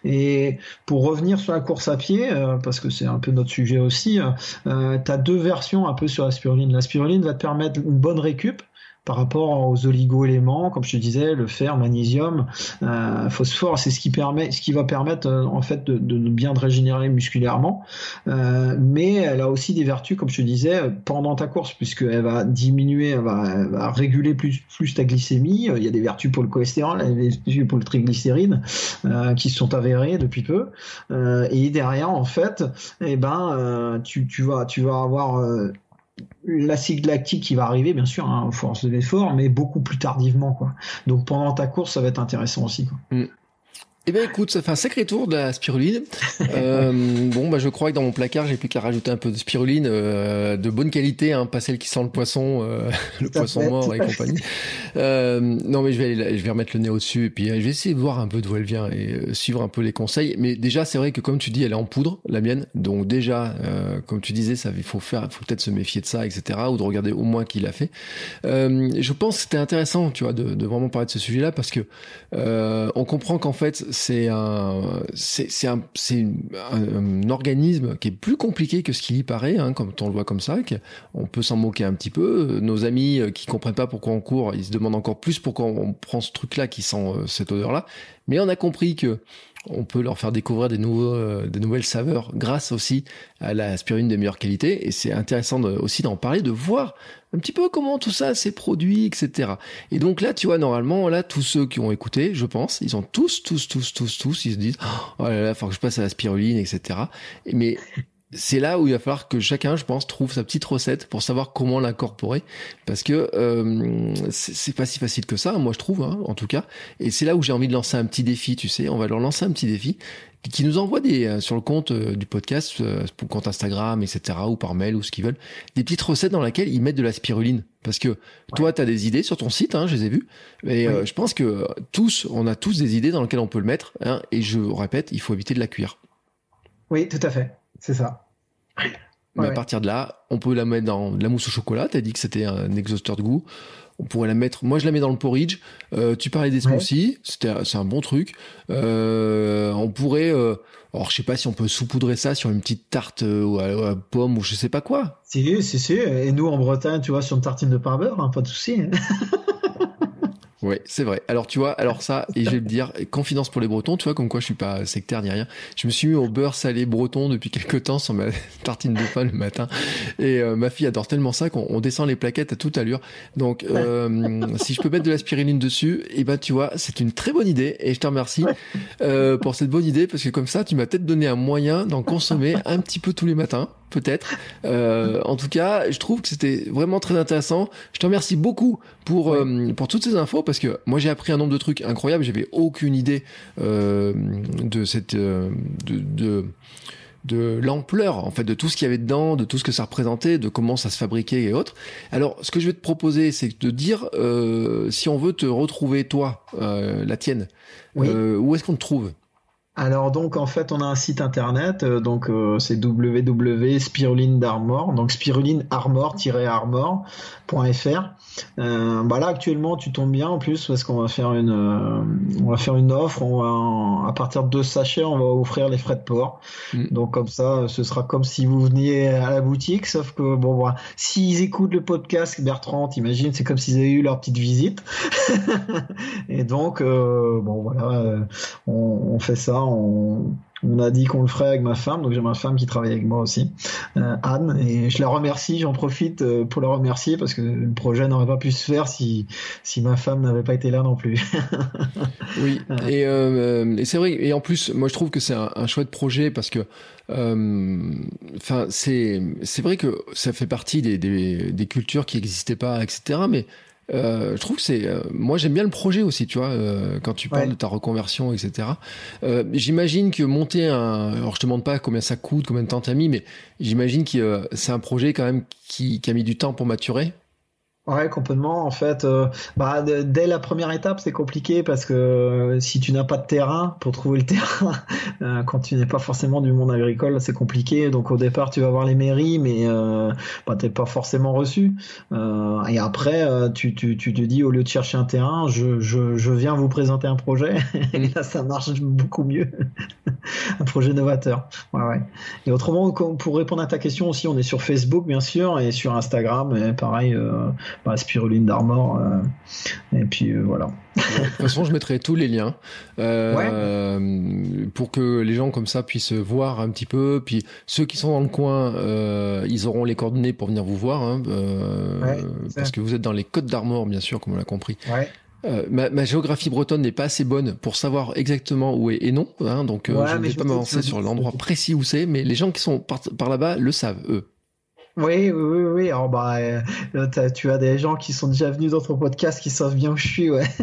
Et pour revenir sur la course à pied, euh, parce que c'est un peu notre sujet aussi, euh, tu as deux versions un peu sur la spiruline. La spiruline va te permettre une bonne récup par rapport aux oligo-éléments, comme je te disais, le fer, magnésium, euh, phosphore, c'est ce qui permet, ce qui va permettre euh, en fait de, de bien te régénérer musculairement. Euh, mais elle a aussi des vertus, comme je te disais, pendant ta course, puisqu'elle va diminuer, elle va, elle va réguler plus, plus ta glycémie. Il y a des vertus pour le cholestérol, il y a des vertus pour le triglycéride, euh, qui sont avérées depuis peu. Euh, et derrière, en fait, eh ben, euh, tu, tu vas, tu vas avoir euh, l'acide lactique qui va arriver, bien sûr, hein, aux forces de l'effort, mais beaucoup plus tardivement, quoi. Donc pendant ta course, ça va être intéressant aussi, quoi. Mm. Eh ben écoute, ça fait un sacré tour de la spiruline. Euh, bon, bah je crois que dans mon placard, j'ai plus qu'à rajouter un peu de spiruline euh, de bonne qualité, hein, pas celle qui sent le poisson, euh, le Tout à poisson fait, mort tout et à compagnie. Euh, non, mais je vais aller, je vais remettre le nez au-dessus et puis euh, je vais essayer de voir un peu d'où elle vient et euh, suivre un peu les conseils. Mais déjà, c'est vrai que comme tu dis, elle est en poudre, la mienne. Donc déjà, euh, comme tu disais, ça, il faut faire, il faut peut-être se méfier de ça, et cetera, ou de regarder au moins qui l'a fait. Euh, je pense que c'était intéressant, tu vois, de, de vraiment parler de ce sujet-là parce que euh, on comprend qu'en fait, c'est un c'est c'est un c'est une, un, un organisme qui est plus compliqué que ce qu'il y paraît, hein, comme on le voit comme ça. On peut s'en moquer un petit peu. Nos amis qui comprennent pas pourquoi on court, ils se demandent encore plus pourquoi on prend ce truc-là qui sent euh, cette odeur-là. Mais on a compris que on peut leur faire découvrir des nouveaux, euh, des nouvelles saveurs grâce aussi à la spiruline de meilleure qualité. Et c'est intéressant de, aussi d'en parler, de voir un petit peu comment tout ça s'est produit, et cetera. Et donc là, tu vois, normalement, là, tous ceux qui ont écouté, je pense, ils ont tous, tous, tous, tous, tous, ils se disent, oh là là, faut que je passe à la spiruline, et cetera. Mais c'est là où il va falloir que chacun, je pense, trouve sa petite recette pour savoir comment l'incorporer, parce que euh, c'est, c'est pas si facile que ça, moi je trouve, hein, en tout cas. Et c'est là où j'ai envie de lancer un petit défi, tu sais, on va leur lancer un petit défi qui nous envoie des euh, sur le compte euh, du podcast, euh, pour compte Instagram, et cetera, ou par mail ou ce qu'ils veulent, des petites recettes dans lesquelles ils mettent de la spiruline. Parce que toi, tu as des idées sur ton site, hein, je les ai vues, et euh, Oui. je pense que tous, on a tous des idées dans lesquelles on peut le mettre, hein, et je répète, il faut éviter de la cuire. Oui, tout à fait, c'est ça. Mais Ouais, à partir de là, on peut la mettre dans de la mousse au chocolat. T'as dit que c'était un exhausteur de goût. On pourrait la mettre. Moi, je la mets dans le porridge. Euh, tu parlais des smoothies. C'était, c'est un bon truc. Euh, on pourrait. Euh, alors, je sais pas si on peut saupoudrer ça sur une petite tarte euh, à, à pomme ou je sais pas quoi. Si, si, si. Et nous, en Bretagne, tu vois, sur une tartine de pain beurre, hein, pas de souci. Ouais, c'est vrai. Alors tu vois, alors ça, et je vais le dire, confidence pour les Bretons, tu vois, comme quoi je suis pas sectaire ni rien. Je me suis mis au beurre salé breton depuis quelques temps sur ma tartine de pain le matin. Et euh, ma fille adore tellement ça qu'on on descend les plaquettes à toute allure. Donc, euh, si je peux mettre de la spiruline dessus, et ben tu vois, c'est une très bonne idée. Et je te remercie euh, pour cette bonne idée, parce que comme ça, tu m'as peut-être donné un moyen d'en consommer un petit peu tous les matins. Peut-être. Euh, en tout cas, je trouve que c'était vraiment très intéressant. Je te remercie beaucoup pour Oui. euh, pour toutes ces infos parce que moi j'ai appris un nombre de trucs incroyables. J'avais aucune idée euh, de cette euh, de, de de l'ampleur, en fait, de tout ce qu'il y avait dedans, de tout ce que ça représentait, de comment ça se fabriquait et autres. Alors, ce que je vais te proposer, c'est de dire, euh, si on veut te retrouver, toi, euh, la tienne, oui. euh, où est-ce qu'on te trouve ? Alors donc en fait on a un site internet, euh, donc euh, c'est w w w point spiruline d'Armor, donc spiruline armor tiret armor point f r. Euh, bah là actuellement tu tombes bien en plus parce qu'on va faire une euh, on va faire une offre, on va à partir de deux sachets on va offrir les frais de port. Mmh. Donc comme ça ce sera comme si vous veniez à la boutique, sauf que bon voilà, s'ils écoutent le podcast Bertrand, t'imagines, c'est comme s'ils avaient eu leur petite visite. Et donc euh, bon voilà, euh, on, on fait ça. On, on a dit qu'on le ferait avec ma femme, donc j'ai ma femme qui travaille avec moi aussi, euh, Anne, et je la remercie, j'en profite pour la remercier parce que le projet n'aurait pas pu se faire si, si ma femme n'avait pas été là non plus. Oui, et, euh, et c'est vrai, et en plus, moi je trouve que c'est un, un chouette projet parce que enfin euh, c'est, c'est vrai que ça fait partie des, des, des cultures qui n'existaient pas, et cetera, mais Euh, je trouve que c'est, euh, moi j'aime bien le projet aussi, tu vois, euh, quand tu parles ouais. de ta reconversion, et cetera. Euh, j'imagine que monter un, alors je te demande pas combien ça coûte, combien de temps t'as mis, mais j'imagine que euh, c'est un projet quand même qui, qui a mis du temps pour maturer. Ouais, complètement. En fait, euh, bah, d- dès la première étape, c'est compliqué parce que euh, si tu n'as pas de terrain pour trouver le terrain, euh, quand tu n'es pas forcément du monde agricole, c'est compliqué. Donc au départ, tu vas voir les mairies, mais euh, bah, t'es pas forcément reçu. Euh, et après, euh, tu, tu, tu te dis, au lieu de chercher un terrain, je, je, je viens vous présenter un projet. Et là, ça marche beaucoup mieux. Un projet novateur. Ouais, ouais. Et autrement, pour répondre à ta question aussi, on est sur Facebook, bien sûr, et sur Instagram, et pareil. Euh, Bah, spiruline d'Armor euh, et puis euh, voilà. De toute façon je mettrai tous les liens euh, ouais. pour que les gens comme ça puissent voir un petit peu, puis ceux qui sont dans le coin euh, ils auront les coordonnées pour venir vous voir hein, euh, ouais, parce que vous êtes dans les Côtes d'Armor bien sûr, comme on l'a compris. Ouais. Euh, ma, ma géographie bretonne n'est pas assez bonne pour savoir exactement où est et non hein, donc euh, ouais, je ne vais pas m'avancer sur l'endroit précis où c'est, mais les gens qui sont par, par là-bas le savent eux. Oui, oui, oui, oui. Alors, bah, euh, tu as des gens qui sont déjà venus dans ton podcast qui savent bien où je suis, ouais.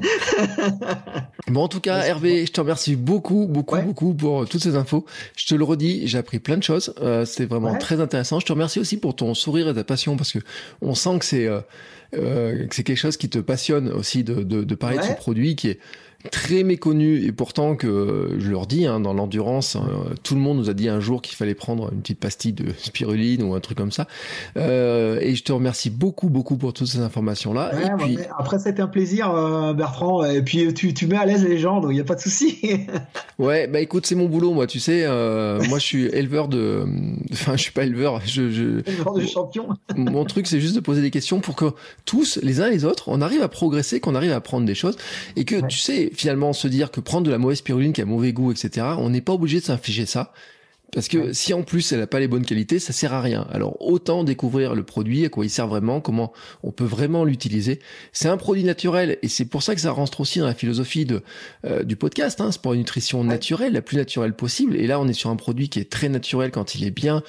Bon, en tout cas, Hervé, je te remercie beaucoup, beaucoup, ouais. beaucoup pour toutes ces infos. Je te le redis, j'ai appris plein de choses. Euh, c'était vraiment ouais. très intéressant. Je te remercie aussi pour ton sourire et ta passion parce que on sent que c'est, euh, euh, que c'est quelque chose qui te passionne aussi de, de, de parler ouais. de ce produit qui est très méconnu et pourtant que je leur dis hein, dans l'endurance euh, tout le monde nous a dit un jour qu'il fallait prendre une petite pastille de spiruline ou un truc comme ça euh, et je te remercie beaucoup beaucoup pour toutes ces informations là ouais, et puis ouais, après c'était un plaisir euh, Bertrand et puis tu, tu mets à l'aise les gens donc il n'y a pas de souci. Ouais bah écoute c'est mon boulot moi tu sais euh, moi je suis éleveur de enfin je suis pas éleveur je, je... éleveur de champion. Mon truc c'est juste de poser des questions pour que tous les uns et les autres on arrive à progresser, qu'on arrive à apprendre des choses et que ouais. tu sais finalement se dire que prendre de la mauvaise spiruline qui a mauvais goût, et cetera, on n'est pas obligé de s'infliger ça. Parce que ouais. si en plus elle n'a pas les bonnes qualités, ça sert à rien. Alors autant découvrir le produit, à quoi il sert vraiment, comment on peut vraiment l'utiliser. C'est un produit naturel et c'est pour ça que ça rentre aussi dans la philosophie de euh, du podcast. Hein, sport et nutrition ouais. naturelle, la plus naturelle possible. Et là on est sur un produit qui est très naturel quand il est bien,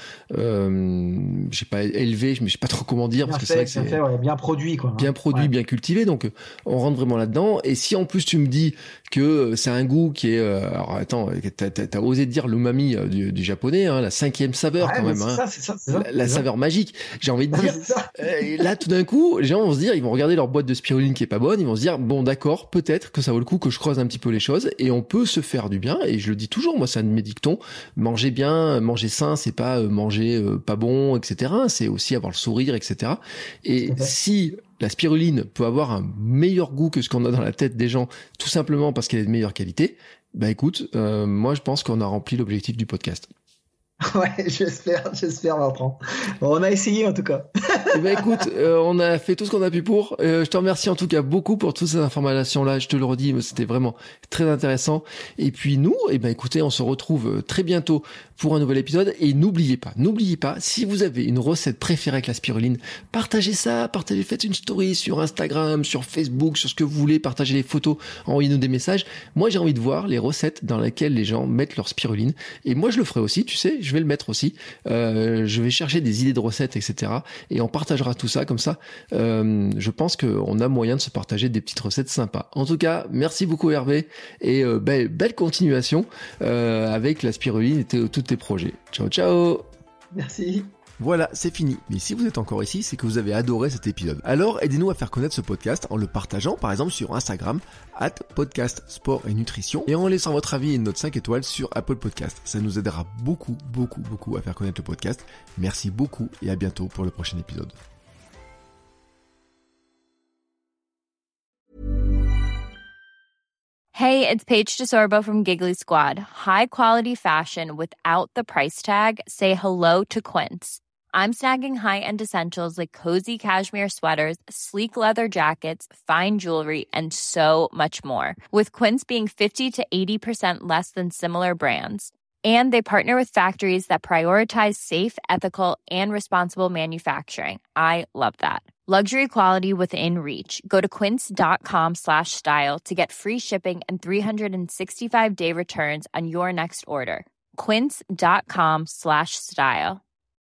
euh, je sais pas élevé, mais je sais pas trop comment dire bien parce fait, que c'est vrai que c'est fait, ouais, bien produit quoi. Bien produit, ouais. bien cultivé. Donc on rentre vraiment là-dedans. Et si en plus tu me dis que c'est un goût qui est, euh, alors attends, t'as, t'as, t'as osé dire l'umami euh, du, du japonais, hein, la cinquième saveur ouais, quand même, c'est hein. ça, c'est ça, c'est ça, la, la c'est saveur ça. magique. J'ai envie de dire. euh, là, tout d'un coup, les gens vont se dire, ils vont regarder leur boîte de spiruline qui est pas bonne, ils vont se dire, bon, d'accord, peut-être que ça vaut le coup que je creuse un petit peu les choses, et on peut se faire du bien. Et je le dis toujours, moi, c'est un de mes dictons. Manger bien, manger sain, c'est pas euh, manger euh, pas bon, et cetera. C'est aussi avoir le sourire, et cetera. Et si la spiruline peut avoir un meilleur goût que ce qu'on a dans la tête des gens, tout simplement parce qu'elle est de meilleure qualité, bah écoute, euh, moi je pense qu'on a rempli l'objectif du podcast. Ouais, j'espère, j'espère, Bertrand. Bon, on a essayé en tout cas. Eh ben écoute, euh, on a fait tout ce qu'on a pu pour. Euh, je te remercie en tout cas beaucoup pour toutes ces informations-là. Je te le redis, c'était vraiment très intéressant. Et puis nous, eh ben écoutez, on se retrouve très bientôt pour un nouvel épisode. Et n'oubliez pas, n'oubliez pas, si vous avez une recette préférée avec la spiruline, partagez ça, partagez, faites une story sur Instagram, sur Facebook, sur ce que vous voulez, partagez les photos, envoyez-nous des messages. Moi, j'ai envie de voir les recettes dans lesquelles les gens mettent leur spiruline. Et moi, je le ferai aussi, tu sais, je vais le mettre aussi. Euh, je vais chercher des idées de recettes, et cetera. Et en partageant partagera tout ça comme ça. Euh, je pense qu'on a moyen de se partager des petites recettes sympas. En tout cas, merci beaucoup Hervé et euh, belle, belle continuation euh, avec la spiruline et t- tous tes projets. Ciao, ciao. Merci. Voilà, c'est fini. Mais si vous êtes encore ici, c'est que vous avez adoré cet épisode. Alors, aidez-nous à faire connaître ce podcast en le partageant, par exemple, sur Instagram, at podcast sport et nutrition, et en laissant votre avis et une note cinq étoiles sur Apple Podcast. Ça nous aidera beaucoup, beaucoup, beaucoup à faire connaître le podcast. Merci beaucoup et à bientôt pour le prochain épisode. Hey, it's Paige DeSorbo from Giggly Squad. High quality fashion without the price tag. Say hello to Quince. I'm snagging high-end essentials like cozy cashmere sweaters, sleek leather jackets, fine jewelry, and so much more. With Quince being fifty to eighty percent less than similar brands. And they partner with factories that prioritize safe, ethical, and responsible manufacturing. I love that. Luxury quality within reach. Go to quince.com slash style to get free shipping and three sixty-five day returns on your next order. Quince.com slash style.